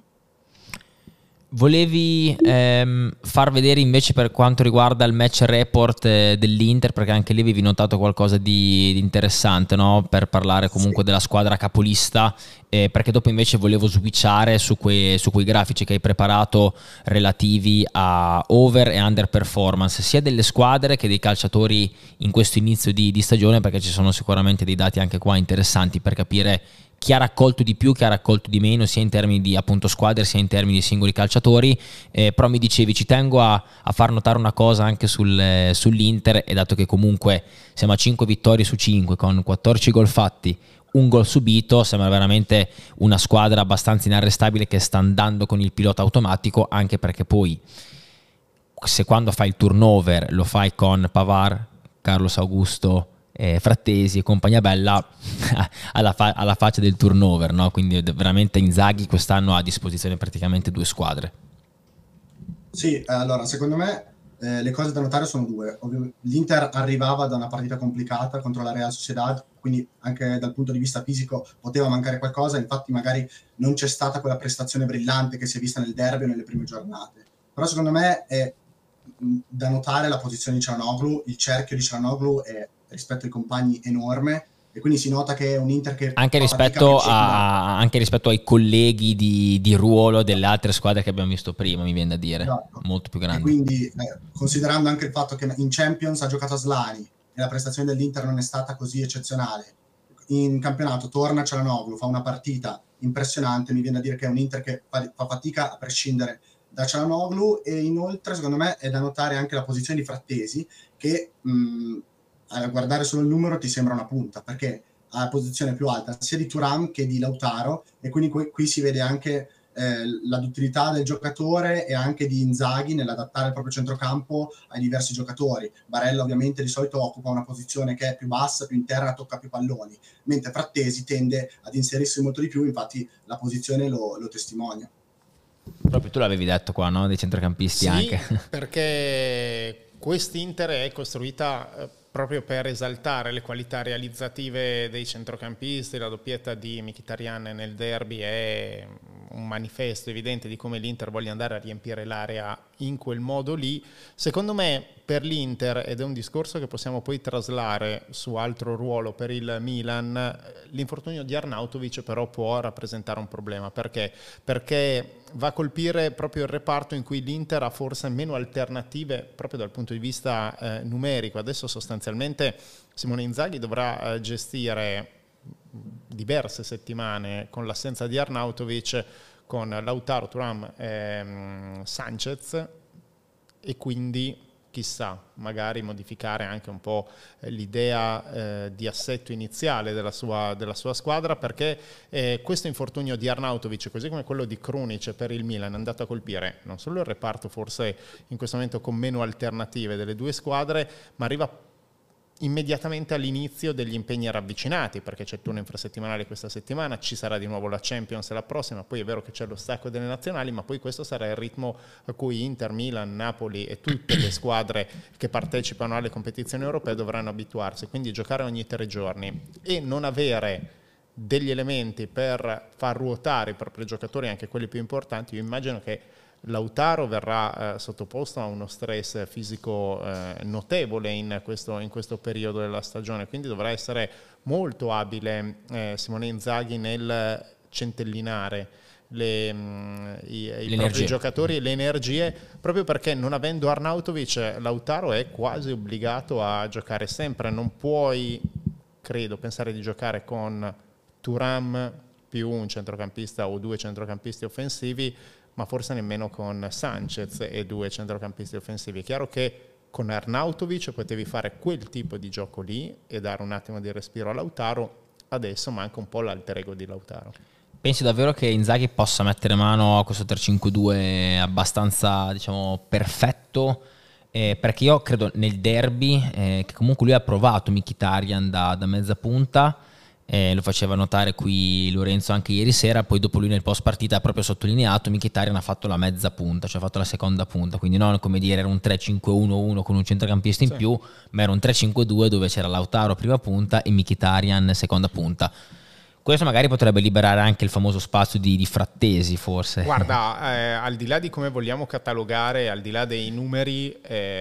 Volevi far vedere invece per quanto riguarda il match report dell'Inter, perché anche lì avevi notato qualcosa di interessante, no? Per parlare comunque della squadra capolista, perché dopo invece volevo switchare su quei grafici che hai preparato relativi a over e under performance, sia delle squadre che dei calciatori in questo inizio di stagione, perché ci sono sicuramente dei dati anche qua interessanti per capire chi ha raccolto di più, chi ha raccolto di meno, sia in termini di appunto squadre sia in termini di singoli calciatori. Però mi dicevi, ci tengo a far notare una cosa anche sull'Inter, e dato che comunque siamo a 5 vittorie su 5 con 14 gol fatti, un gol subito, sembra veramente una squadra abbastanza inarrestabile che sta andando con il pilota automatico, anche perché poi se quando fai il turnover lo fai con Pavard, Carlos Augusto, Frattesi e compagnia bella, alla faccia del turnover, no? Quindi veramente Inzaghi quest'anno ha a disposizione praticamente 2 squadre. Sì, allora secondo me le cose da notare sono 2. L'Inter arrivava da una partita complicata contro la Real Sociedad, quindi anche dal punto di vista fisico poteva mancare qualcosa, infatti magari non c'è stata quella prestazione brillante che si è vista nel derby o nelle prime giornate. Però secondo me è da notare la posizione di Çalhanoğlu, il cerchio di Çalhanoğlu è rispetto ai compagni enorme, e quindi si nota che è un Inter che anche rispetto ai colleghi di ruolo delle altre squadre che abbiamo visto prima, mi viene da dire, esatto, molto più grandi. E quindi considerando anche il fatto che in Champions ha giocato a Slani e la prestazione dell'Inter non è stata così eccezionale, in campionato torna Çalhanoğlu, fa una partita impressionante, mi viene da dire che è un Inter che fa fatica a prescindere da Çalhanoğlu. E inoltre secondo me è da notare anche la posizione di Frattesi, che a guardare solo il numero ti sembra una punta, perché ha la posizione più alta sia di Thuram che di Lautaro, e quindi qui si vede anche la duttilità del giocatore e anche di Inzaghi nell'adattare il proprio centrocampo ai diversi giocatori. Barella ovviamente di solito occupa una posizione che è più bassa, più interna, tocca più palloni, mentre Frattesi tende ad inserirsi molto di più, infatti la posizione lo testimonia. Proprio tu l'avevi detto qua, no? Dei centrocampisti, sì, anche. Perché quest'Inter è costruita proprio per esaltare le qualità realizzative dei centrocampisti. La doppietta di Mkhitaryan nel derby è un manifesto evidente di come l'Inter voglia andare a riempire l'area in quel modo lì. Secondo me per l'Inter, ed è un discorso che possiamo poi traslare su altro ruolo per il Milan, l'infortunio di Arnautovic però può rappresentare un problema. Perché va a colpire proprio il reparto in cui l'Inter ha forse meno alternative proprio dal punto di vista numerico. Adesso sostanzialmente Simone Inzaghi dovrà gestire diverse settimane con l'assenza di Arnautovic, con Lautaro, Thuram, Sanchez, e quindi chissà, magari modificare anche un po' l'idea di assetto iniziale della sua squadra, perché questo infortunio di Arnautovic, così come quello di Krunic per il Milan, è andato a colpire non solo il reparto forse in questo momento con meno alternative delle 2 squadre, ma arriva immediatamente all'inizio degli impegni ravvicinati, perché c'è il turno infrasettimanale questa settimana, ci sarà di nuovo la Champions la prossima, poi è vero che c'è lo stacco delle nazionali, ma poi questo sarà il ritmo a cui Inter, Milan, Napoli e tutte le squadre che partecipano alle competizioni europee dovranno abituarsi, quindi giocare ogni 3 giorni e non avere degli elementi per far ruotare i propri giocatori, anche quelli più importanti. Io immagino che Lautaro verrà sottoposto a uno stress fisico notevole in questo periodo della stagione, quindi dovrà essere molto abile Simone Inzaghi nel centellinare i propri giocatori e le energie, proprio perché non avendo Arnautovic, Lautaro è quasi obbligato a giocare sempre. Non puoi, credo, pensare di giocare con Thuram più un centrocampista o 2 centrocampisti offensivi, ma forse nemmeno con Sanchez e 2 centrocampisti offensivi. È chiaro che con Arnautovic potevi fare quel tipo di gioco lì e dare un attimo di respiro a Lautaro, adesso manca un po' l'alter ego di Lautaro. Pensi davvero che Inzaghi possa mettere mano a questo 3-5-2 abbastanza, diciamo, perfetto? Perché io credo nel derby che comunque lui ha provato Mkhitaryan da mezza punta, lo faceva notare qui Lorenzo anche ieri sera, poi dopo lui nel post partita ha proprio sottolineato Mkhitaryan ha fatto la mezza punta, cioè ha fatto la seconda punta, quindi non come dire era un 3-5-1-1 con un centrocampista in più, ma era un 3-5-2 dove c'era Lautaro prima punta e Mkhitaryan seconda punta. Questo magari potrebbe liberare anche il famoso spazio di Frattesi, forse. Guarda, al di là di come vogliamo catalogare, al di là dei numeri,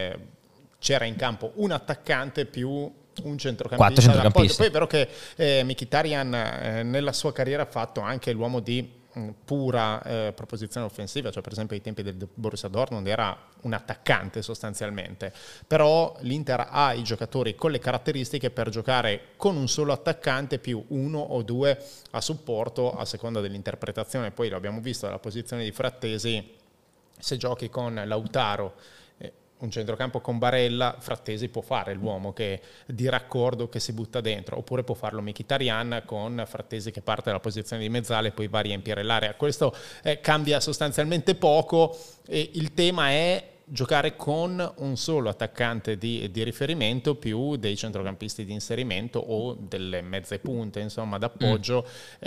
c'era in campo un attaccante più un centrocampista. 4 centrocampisti. Poi è vero che Mkhitaryan nella sua carriera ha fatto anche l'uomo di pura proposizione offensiva, cioè per esempio ai tempi del Borussia Dortmund era un attaccante sostanzialmente, però l'Inter ha i giocatori con le caratteristiche per giocare con un solo attaccante più 1 o 2 a supporto a seconda dell'interpretazione. Poi lo abbiamo visto dalla posizione di Frattesi, se giochi con Lautaro un centrocampo con Barella, Frattesi può fare l'uomo che di raccordo che si butta dentro, oppure può farlo Mkhitaryan con Frattesi che parte dalla posizione di mezzale e poi va a riempire l'area. Questo cambia sostanzialmente poco e il tema è giocare con un solo attaccante di riferimento più dei centrocampisti di inserimento o delle mezze punte, insomma, d'appoggio,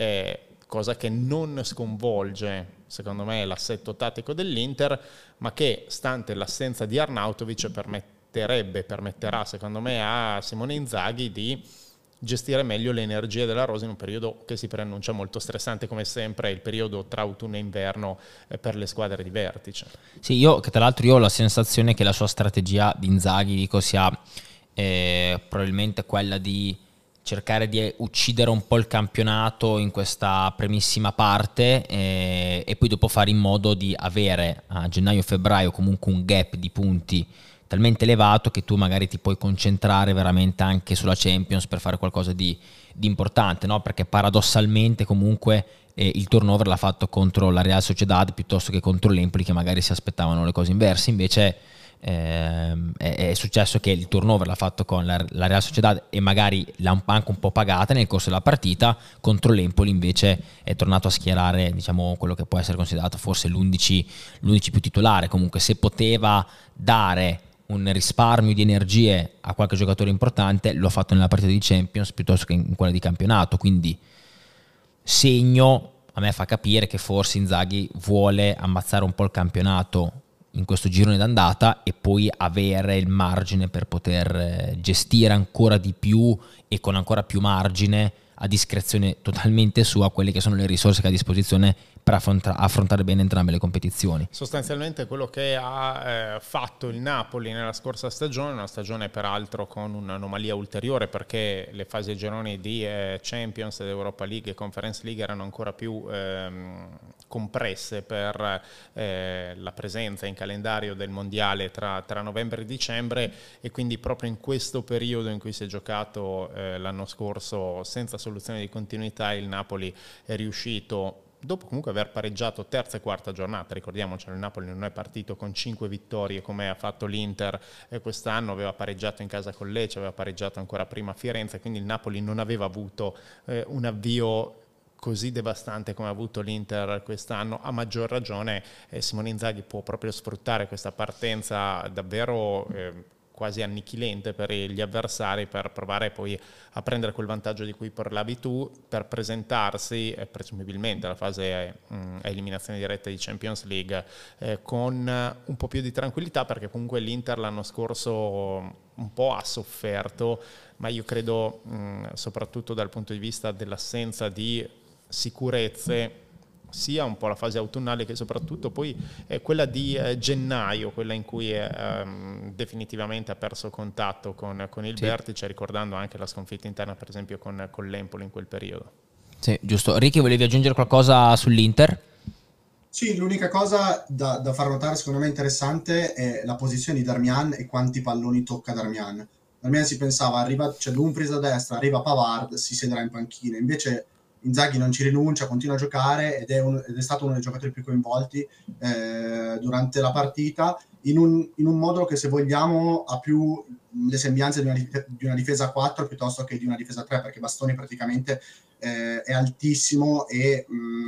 cosa che non sconvolge, secondo me, l'assetto tattico dell'Inter, ma che, stante l'assenza di Arnautovic, permetterà, secondo me, a Simone Inzaghi di gestire meglio le energie della rosa in un periodo che si preannuncia molto stressante, come sempre, il periodo tra autunno e inverno per le squadre di vertice. Sì, io ho la sensazione che la sua strategia di Inzaghi, sia probabilmente quella di cercare di uccidere un po' il campionato in questa primissima parte e poi dopo fare in modo di avere a gennaio-febbraio comunque un gap di punti talmente elevato che tu magari ti puoi concentrare veramente anche sulla Champions per fare qualcosa di importante, no? Perché paradossalmente comunque il turnover l'ha fatto contro la Real Sociedad piuttosto che contro l'Empoli, che magari si aspettavano le cose inverse. Invece è successo che il turnover l'ha fatto con la Real Sociedad e magari l'ha anche un po' pagata nel corso della partita. Contro l'Empoli invece è tornato a schierare, diciamo, quello che può essere considerato forse l'11 più titolare. Comunque, se poteva dare un risparmio di energie a qualche giocatore importante, lo ha fatto nella partita di Champions piuttosto che in quella di campionato. Quindi segno, a me fa capire che forse Inzaghi vuole ammazzare un po' il campionato in questo girone d'andata e poi avere il margine per poter gestire ancora di più e con ancora più margine, a discrezione totalmente sua, quelle che sono le risorse che ha a disposizione per affrontare bene entrambe le competizioni. Sostanzialmente quello che ha fatto il Napoli nella scorsa stagione, una stagione peraltro con un'anomalia ulteriore, perché le fasi ai gironi di Champions, Europa League e Conference League erano ancora più compresse per la presenza in calendario del mondiale tra novembre e dicembre, e quindi proprio in questo periodo in cui si è giocato l'anno scorso senza soluzione di continuità, il Napoli è riuscito, dopo comunque aver pareggiato terza e quarta giornata, ricordiamoci, il Napoli non è partito con 5 vittorie come ha fatto l'Inter quest'anno, aveva pareggiato in casa con Lecce, aveva pareggiato ancora prima a Firenze, quindi il Napoli non aveva avuto un avvio così devastante come ha avuto l'Inter quest'anno. A maggior ragione Simone Inzaghi può proprio sfruttare questa partenza davvero quasi annichilente per gli avversari, per provare poi a prendere quel vantaggio di cui parlavi tu, per presentarsi presumibilmente alla fase a eliminazione diretta di Champions League con un po' più di tranquillità, perché comunque l'Inter l'anno scorso un po' ha sofferto, ma io credo soprattutto dal punto di vista dell'assenza di sicurezze, sia un po' la fase autunnale che soprattutto poi quella di gennaio, quella in cui definitivamente ha perso contatto con il vertice, ricordando anche la sconfitta interna per esempio con l'Empoli in quel periodo. Sì, giusto. Ricky, volevi aggiungere qualcosa sull'Inter? Sì, l'unica cosa da far notare secondo me interessante è la posizione di Darmian e quanti palloni tocca Darmian. Darmian si pensava, c'è Dumfries a destra, arriva Pavard, si siederà in panchina, invece Inzaghi non ci rinuncia, continua a giocare ed è stato uno dei giocatori più coinvolti durante la partita in un modo che, se vogliamo, ha più le sembianze di una difesa a 4 piuttosto che di una difesa a 3, perché Bastoni praticamente è altissimo e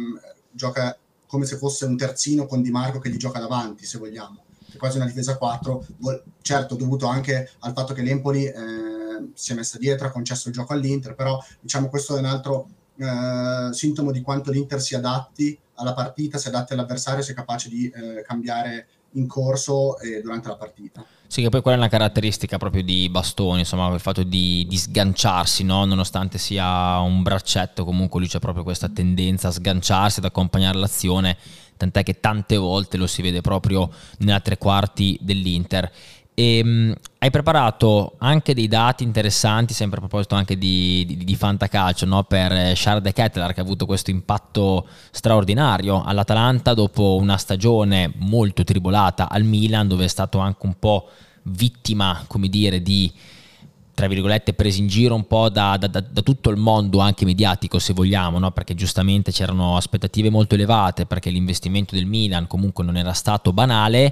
gioca come se fosse un terzino con Di Marco che gli gioca davanti, se vogliamo. È quasi una difesa a 4, certo dovuto anche al fatto che l'Empoli si è messa dietro, ha concesso il gioco all'Inter, però diciamo questo è un altro sintomo di quanto l'Inter si adatti alla partita, si adatti all'avversario, sia capace di cambiare in corso durante la partita. Sì, che poi quella è una caratteristica proprio di Bastoni, insomma, il fatto di sganciarsi, no? Nonostante sia un braccetto, comunque lui c'è proprio questa tendenza a sganciarsi, ad accompagnare l'azione, tant'è che tante volte lo si vede proprio nella tre quarti dell'Inter. E, hai preparato anche dei dati interessanti, sempre a proposito anche di fantacalcio, no? Per Charles de Ketelaere, che ha avuto questo impatto straordinario all'Atalanta dopo una stagione molto tribolata al Milan, dove è stato anche un po' vittima, come dire, di, tra virgolette, presi in giro un po' da tutto il mondo, anche mediatico se vogliamo, no? Perché giustamente c'erano aspettative molto elevate, perché l'investimento del Milan comunque non era stato banale,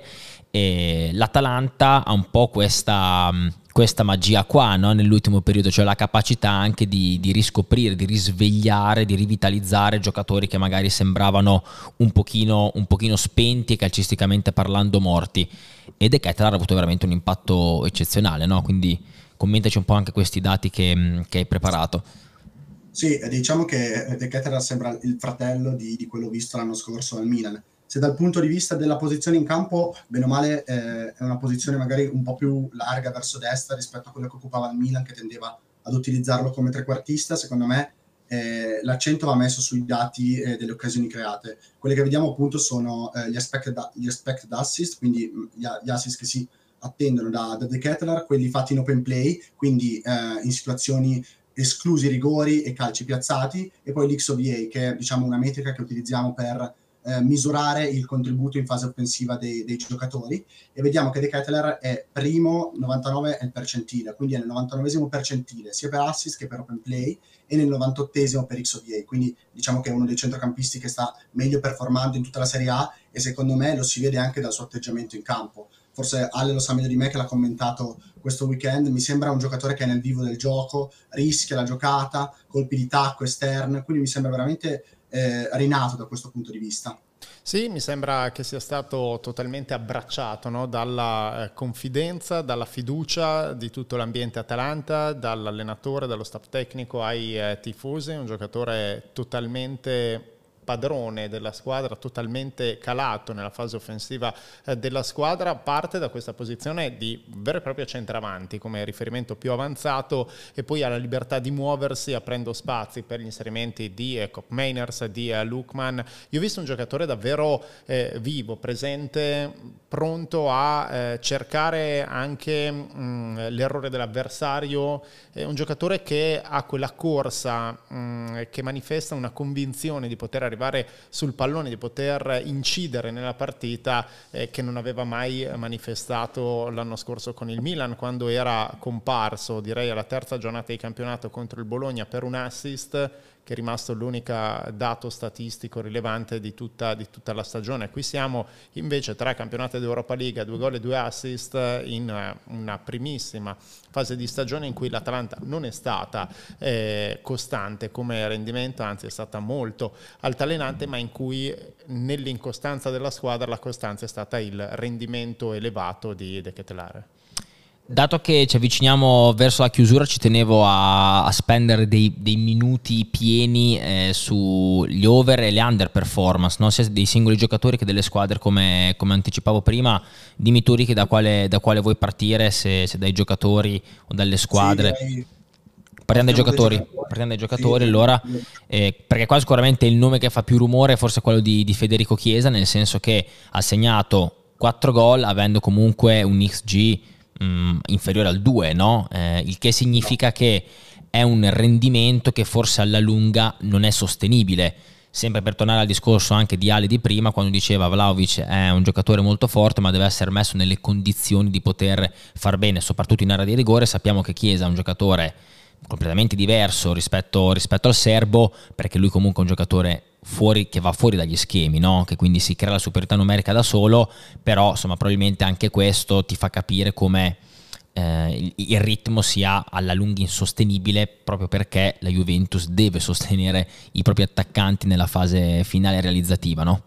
e l'Atalanta ha un po' questa magia qua, no? Nell'ultimo periodo, cioè la capacità anche di riscoprire, di risvegliare, di rivitalizzare giocatori che magari sembravano un pochino spenti e calcisticamente parlando morti, e De Ketelaere ha avuto veramente un impatto eccezionale, no? Quindi commentaci un po' anche questi dati che hai preparato. Sì, diciamo che De Ketelaere sembra il fratello di quello visto l'anno scorso al Milan. Se dal punto di vista della posizione in campo, bene o male, è una posizione magari un po' più larga verso destra rispetto a quello che occupava il Milan, che tendeva ad utilizzarlo come trequartista. Secondo me l'accento va messo sui dati delle occasioni create. Quelle che vediamo appunto sono gli expected assist, quindi gli assist che si attendono da De Ketelaere, quelli fatti in open play, quindi in situazioni esclusi rigori e calci piazzati, e poi l'XOVA, che è diciamo una metrica che utilizziamo per misurare il contributo in fase offensiva dei giocatori, e vediamo che De Ketelaere è primo, 99 è il percentile, quindi è nel 99esimo percentile sia per assist che per open play, e nel 98esimo per XOVA, quindi diciamo che è uno dei centrocampisti che sta meglio performando in tutta la Serie A, e secondo me lo si vede anche dal suo atteggiamento in campo. Forse Ale lo sa meglio di me, che l'ha commentato questo weekend. Mi sembra un giocatore che è nel vivo del gioco, rischia la giocata, colpi di tacco esterne, quindi mi sembra veramente rinato da questo punto di vista. Sì, mi sembra che sia stato totalmente abbracciato, no? Dalla confidenza, dalla fiducia di tutto l'ambiente Atalanta, dall'allenatore, dallo staff tecnico ai tifosi. Un giocatore totalmente padrone della squadra, totalmente calato nella fase offensiva della squadra. Parte da questa posizione di vero e proprio centravanti come riferimento più avanzato, e poi ha la libertà di muoversi aprendo spazi per gli inserimenti di Koopmeiners, di Lookman. Io ho visto un giocatore davvero vivo, presente, pronto a cercare anche l'errore dell'avversario. È un giocatore che ha quella corsa che manifesta una convinzione di poter arrivare sul pallone, di poter incidere nella partita, che non aveva mai manifestato l'anno scorso con il Milan, quando era comparso, direi alla terza giornata di campionato contro il Bologna, per un assist, che è rimasto l'unico dato statistico rilevante di tutta la stagione. Qui siamo invece 3 campionati d'Europa League, 2 gol e 2 assist, in una primissima fase di stagione in cui l'Atalanta non è stata costante come rendimento, anzi è stata molto altalenante, ma in cui nell'incostanza della squadra la costanza è stata il rendimento elevato di De Ketelaere. Dato che ci avviciniamo verso la chiusura, ci tenevo a spendere dei minuti pieni sugli over e le under performance, no? Sia dei singoli giocatori che delle squadre, come anticipavo prima. Dimmi tu, Ricky, da quale vuoi partire, se dai giocatori o dalle squadre. Sì, Partiamo dai giocatori, sì, allora, perché qua sicuramente il nome che fa più rumore è forse quello di Federico Chiesa, nel senso che ha segnato 4 gol avendo comunque un XG inferiore al 2, no? Il che significa che è un rendimento che forse alla lunga non è sostenibile. Sempre per tornare al discorso anche di Ali di prima, quando diceva Vlahovic è un giocatore molto forte ma deve essere messo nelle condizioni di poter far bene, soprattutto in area di rigore. Sappiamo che Chiesa è un giocatore completamente diverso rispetto al serbo, perché lui comunque è un giocatore che va fuori dagli schemi, no? Che quindi si crea la superiorità numerica da solo, però insomma probabilmente anche questo ti fa capire come il ritmo sia alla lunga insostenibile, proprio perché la Juventus deve sostenere i propri attaccanti nella fase finale realizzativa, no?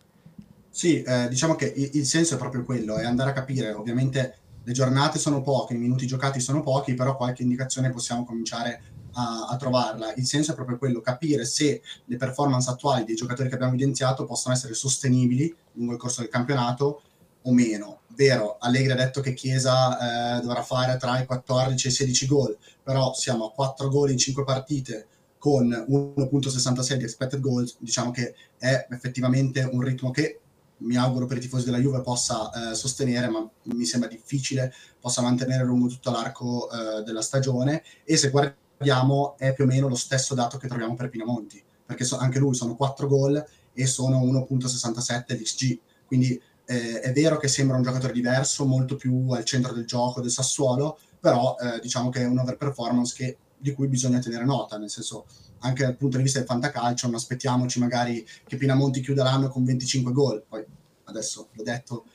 Sì, diciamo che il senso è proprio quello, è andare a capire. Ovviamente le giornate sono poche, i minuti giocati sono pochi, però qualche indicazione possiamo cominciare a trovarla. Il senso è proprio quello, capire se le performance attuali dei giocatori che abbiamo evidenziato possono essere sostenibili lungo il corso del campionato o meno. Vero, Allegri ha detto che Chiesa dovrà fare tra i 14 e i 16 gol, però siamo a 4 gol in 5 partite con 1.66 di expected goals. Diciamo che è effettivamente un ritmo che mi auguro per i tifosi della Juve possa sostenere, ma mi sembra difficile possa mantenere lungo tutto l'arco della stagione. E se guardiamo è più o meno lo stesso dato che troviamo per Pinamonti, perché anche lui sono 4 gol e sono 1.67 l'XG, quindi è vero che sembra un giocatore diverso, molto più al centro del gioco del Sassuolo, però diciamo che è un overperformance di cui bisogna tenere nota, nel senso, anche dal punto di vista del fantacalcio, non aspettiamoci magari che Pinamonti chiuda l'anno con 25 gol, poi adesso l'ho detto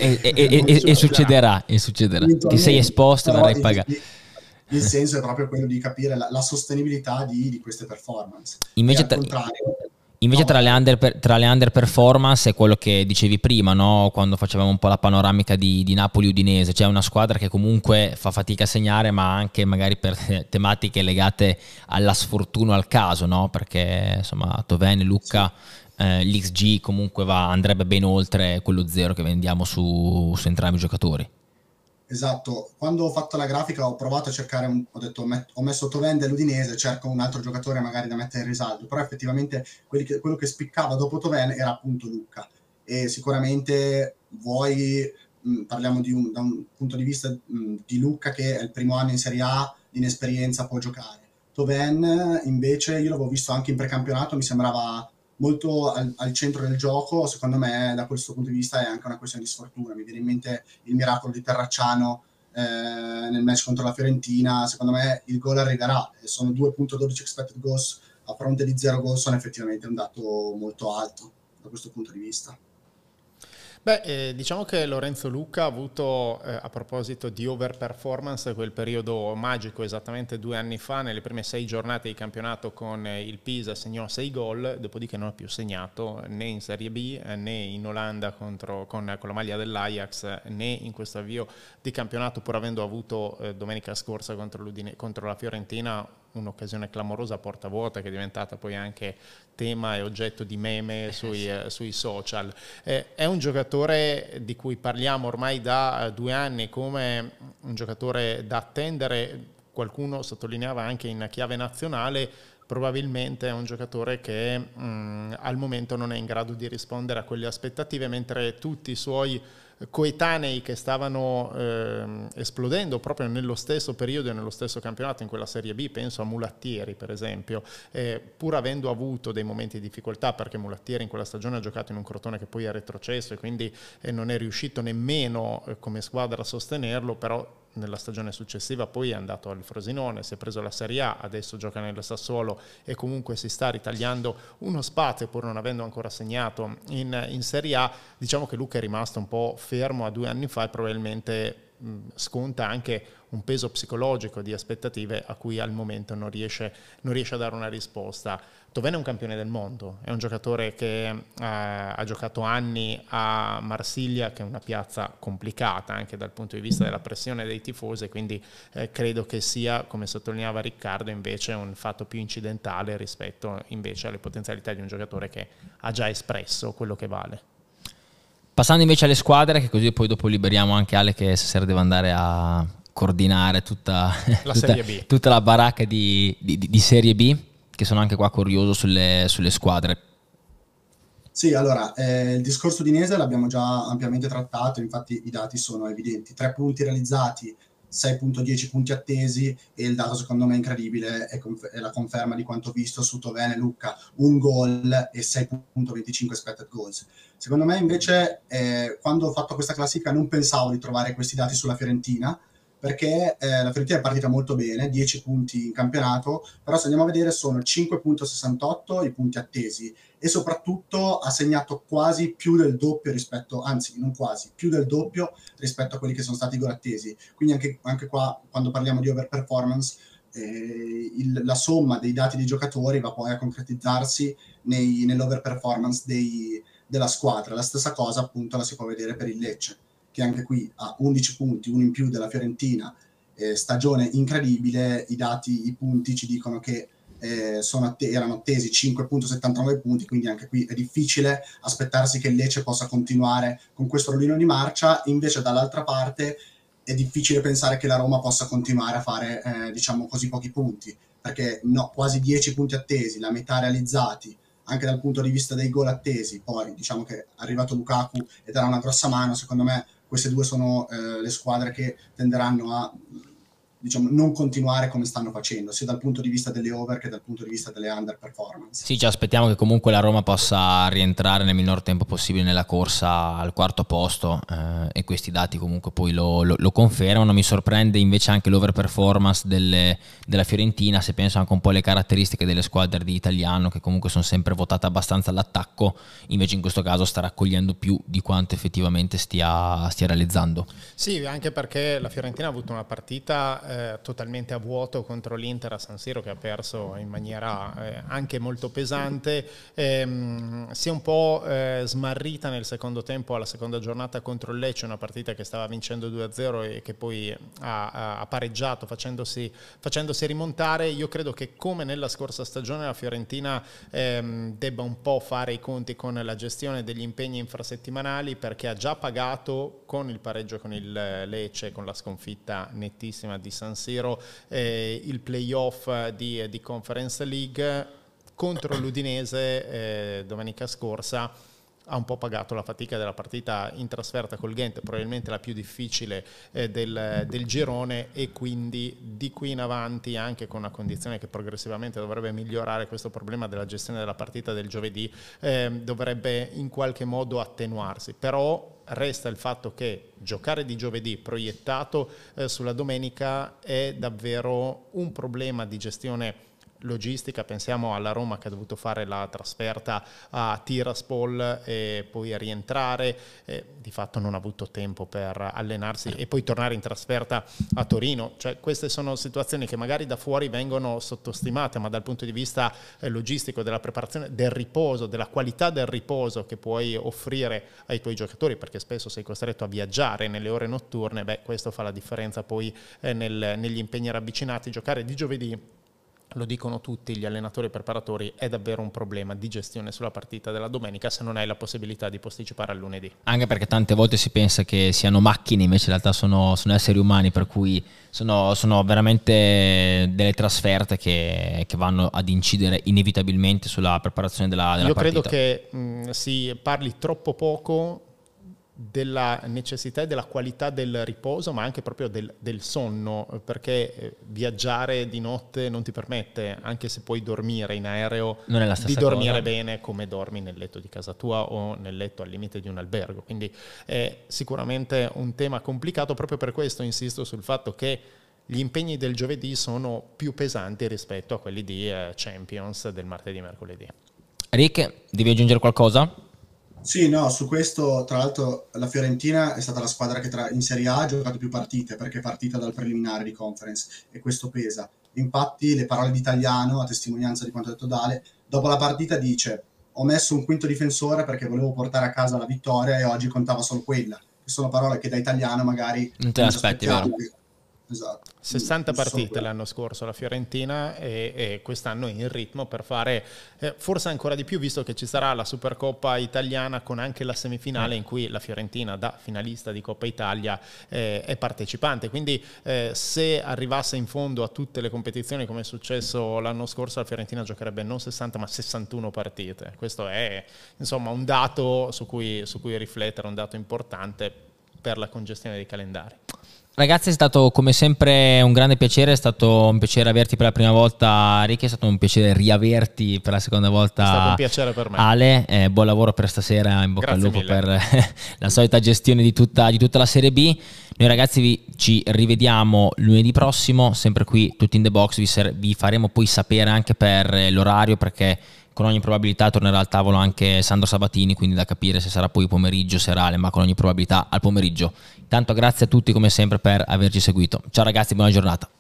e succederà, ti sei esposto e verrai pagato. Il senso è proprio quello di capire la sostenibilità di queste performance. Invece, al contrario, tra le under performance è quello che dicevi prima, no? Quando facevamo un po' la panoramica di Napoli-Udinese, cioè una squadra che comunque fa fatica a segnare, ma anche magari per tematiche legate alla sfortuna, al caso, no? Perché insomma Toven e Lucca, l'XG comunque andrebbe ben oltre quello 0 che vendiamo su entrambi i giocatori. Esatto, quando ho fatto la grafica ho provato a cercare, ho detto ho messo Toven dell'Udinese, cerco un altro giocatore magari da mettere in risalto, però effettivamente quello che spiccava dopo Toven era appunto Lucca, e sicuramente parliamo da un punto di vista di Lucca, che è il primo anno in Serie A, di inesperienza, può giocare. Toven invece io l'avevo visto anche in precampionato, mi sembrava molto al centro del gioco. Secondo me da questo punto di vista è anche una questione di sfortuna. Mi viene in mente il miracolo di Terracciano nel match contro la Fiorentina. Secondo me il gol arriverà, sono 2.12 expected goals a fronte di 0 gol, sono effettivamente un dato molto alto da questo punto di vista. Diciamo che Lorenzo Lucca ha avuto, a proposito di overperformance, quel periodo magico esattamente 2 anni fa, nelle prime 6 giornate di campionato con il Pisa segnò 6 gol, dopodiché non ha più segnato né in Serie B né in Olanda con la maglia dell'Ajax, né in questo avvio di campionato, pur avendo avuto domenica scorsa contro la Fiorentina un'occasione clamorosa a porta vuota, che è diventata poi anche tema e oggetto di meme sui social. È un giocatore di cui parliamo ormai da 2 anni come un giocatore da attendere. Qualcuno sottolineava anche in chiave nazionale, probabilmente è un giocatore che al momento non è in grado di rispondere a quelle aspettative, mentre tutti i suoi coetanei che stavano esplodendo proprio nello stesso periodo e nello stesso campionato in quella Serie B, penso a Mulattieri per esempio, pur avendo avuto dei momenti di difficoltà, perché Mulattieri in quella stagione ha giocato in un Crotone che poi è retrocesso e quindi non è riuscito nemmeno come squadra a sostenerlo, però nella stagione successiva poi è andato al Frosinone, si è preso la Serie A, adesso gioca nel Sassuolo e comunque si sta ritagliando uno spazio pur non avendo ancora segnato in Serie A. Diciamo che Lucca è rimasto un po' fermo a 2 anni fa e probabilmente sconta anche un peso psicologico di aspettative a cui al momento non riesce a dare una risposta. Tovene è un campione del mondo, è un giocatore che ha giocato anni a Marsiglia, che è una piazza complicata anche dal punto di vista della pressione dei tifosi, quindi credo che sia, come sottolineava Riccardo, invece un fatto più incidentale rispetto invece alle potenzialità di un giocatore che ha già espresso quello che vale. Passando invece alle squadre, che così poi dopo liberiamo anche Ale che stasera deve andare a coordinare Serie B. tutta la baracca di Serie B, che sono anche qua curioso sulle squadre. Sì, allora, il discorso di Nese l'abbiamo già ampiamente trattato, infatti i dati sono evidenti. 3 punti realizzati, 6.10 punti attesi, e il dato secondo me incredibile è la conferma di quanto visto su Tovene e Lucca, 1 gol e 6.25 expected goals. Secondo me invece quando ho fatto questa classifica non pensavo di trovare questi dati sulla Fiorentina, perché la Fiorentina è partita molto bene, 10 punti in campionato, però se andiamo a vedere sono 5.68 i punti attesi, e soprattutto ha segnato quasi più del doppio rispetto, anzi non quasi, più del doppio rispetto a quelli che sono stati i gol attesi. Quindi anche qua, quando parliamo di overperformance, la somma dei dati dei giocatori va poi a concretizzarsi nell'overperformance della squadra. La stessa cosa appunto la si può vedere per il Lecce, che anche qui ha 11 punti, uno in più della Fiorentina, stagione incredibile. I punti ci dicono che erano attesi 5.79 punti, quindi anche qui è difficile aspettarsi che il Lecce possa continuare con questo rollino di marcia. Invece dall'altra parte è difficile pensare che la Roma possa continuare a fare diciamo così pochi punti, perché quasi 10 punti attesi, la metà realizzati, anche dal punto di vista dei gol attesi. Poi diciamo che è arrivato Lukaku e darà una grossa mano. Secondo me queste due sono le squadre che tenderanno a non continuare come stanno facendo, sia dal punto di vista delle over che dal punto di vista delle under performance. Sì, ci aspettiamo che comunque la Roma possa rientrare nel minor tempo possibile nella corsa al quarto posto, e questi dati comunque poi lo confermano. Mi sorprende invece anche l'over performance della Fiorentina, se penso anche un po' alle caratteristiche delle squadre di Italiano, che comunque sono sempre votate abbastanza all'attacco, invece in questo caso sta raccogliendo più di quanto effettivamente stia realizzando. Sì, anche perché la Fiorentina ha avuto una partita totalmente a vuoto contro l'Inter a San Siro, che ha perso in maniera anche molto pesante. Si è un po' smarrita nel secondo tempo alla seconda giornata contro il Lecce, una partita che stava vincendo 2-0 e che poi ha pareggiato facendosi rimontare. Io credo che, come nella scorsa stagione, la Fiorentina debba un po' fare i conti con la gestione degli impegni infrasettimanali, perché ha già pagato con il pareggio con il Lecce, con la sconfitta nettissima di San Siro, il playoff di Conference League. Contro l'Udinese domenica scorsa ha un po' pagato la fatica della partita in trasferta col Ghent, probabilmente la più difficile del girone, e quindi di qui in avanti, anche con una condizione che progressivamente dovrebbe migliorare, questo problema della gestione della partita del giovedì dovrebbe in qualche modo attenuarsi. Però resta il fatto che giocare di giovedì proiettato sulla domenica è davvero un problema di gestione logistica. Pensiamo alla Roma, che ha dovuto fare la trasferta a Tiraspol e poi a rientrare, di fatto non ha avuto tempo per allenarsi e poi tornare in trasferta a Torino. Cioè, queste sono situazioni che magari da fuori vengono sottostimate, ma dal punto di vista logistico, della preparazione, del riposo, della qualità del riposo che puoi offrire ai tuoi giocatori, perché spesso sei costretto a viaggiare nelle ore notturne, questo fa la differenza poi negli impegni ravvicinati. Giocare di giovedì, lo dicono tutti gli allenatori e preparatori, è davvero un problema di gestione sulla partita della domenica, se non hai la possibilità di posticipare al lunedì. Anche perché tante volte si pensa che siano macchine, invece in realtà sono esseri umani, per cui sono veramente delle trasferte che vanno ad incidere inevitabilmente sulla preparazione della partita. Io credo che si parli troppo poco della necessità e della qualità del riposo, ma anche proprio del sonno, perché viaggiare di notte non ti permette, anche se puoi dormire in aereo, di dormire bene come dormi nel letto di casa tua o nel letto al limite di un albergo. Quindi è sicuramente un tema complicato. Proprio per questo insisto sul fatto che gli impegni del giovedì sono più pesanti rispetto a quelli di Champions del martedì e mercoledì. Rick, devi aggiungere qualcosa? Sì, no, su questo, tra l'altro, la Fiorentina è stata la squadra che in Serie A ha giocato più partite, perché è partita dal preliminare di Conference, e questo pesa. Infatti, le parole di Italiano, a testimonianza di quanto ha detto Dale, dopo la partita dice: ho messo un quinto difensore perché volevo portare a casa la vittoria e oggi contava solo quella. Che sono parole che da Italiano magari Non te le aspetti, vero? Esatto. 60 partite l'anno scorso la Fiorentina e quest'anno in ritmo per fare forse ancora di più, visto che ci sarà la Supercoppa italiana con anche la semifinale in cui la Fiorentina, da finalista di Coppa Italia, è partecipante. Quindi se arrivasse in fondo a tutte le competizioni come è successo l'anno scorso, la Fiorentina giocherebbe non 60 ma 61 partite. Questo è insomma un dato su cui riflettere, un dato importante per la congestione dei calendari. Ragazzi, è stato come sempre un grande piacere, è stato un piacere averti per la prima volta Ricky, è stato un piacere riaverti per la seconda volta. È stato un piacere per me. Ale, buon lavoro per stasera, in bocca al lupo per la solita gestione di tutta la Serie B. Noi ragazzi ci rivediamo lunedì prossimo, sempre qui, tutti in the box, vi faremo poi sapere anche per l'orario, perché con ogni probabilità tornerà al tavolo anche Sandro Sabatini, quindi da capire se sarà poi pomeriggio, serale, ma con ogni probabilità al pomeriggio. Intanto grazie a tutti come sempre per averci seguito. Ciao ragazzi, buona giornata.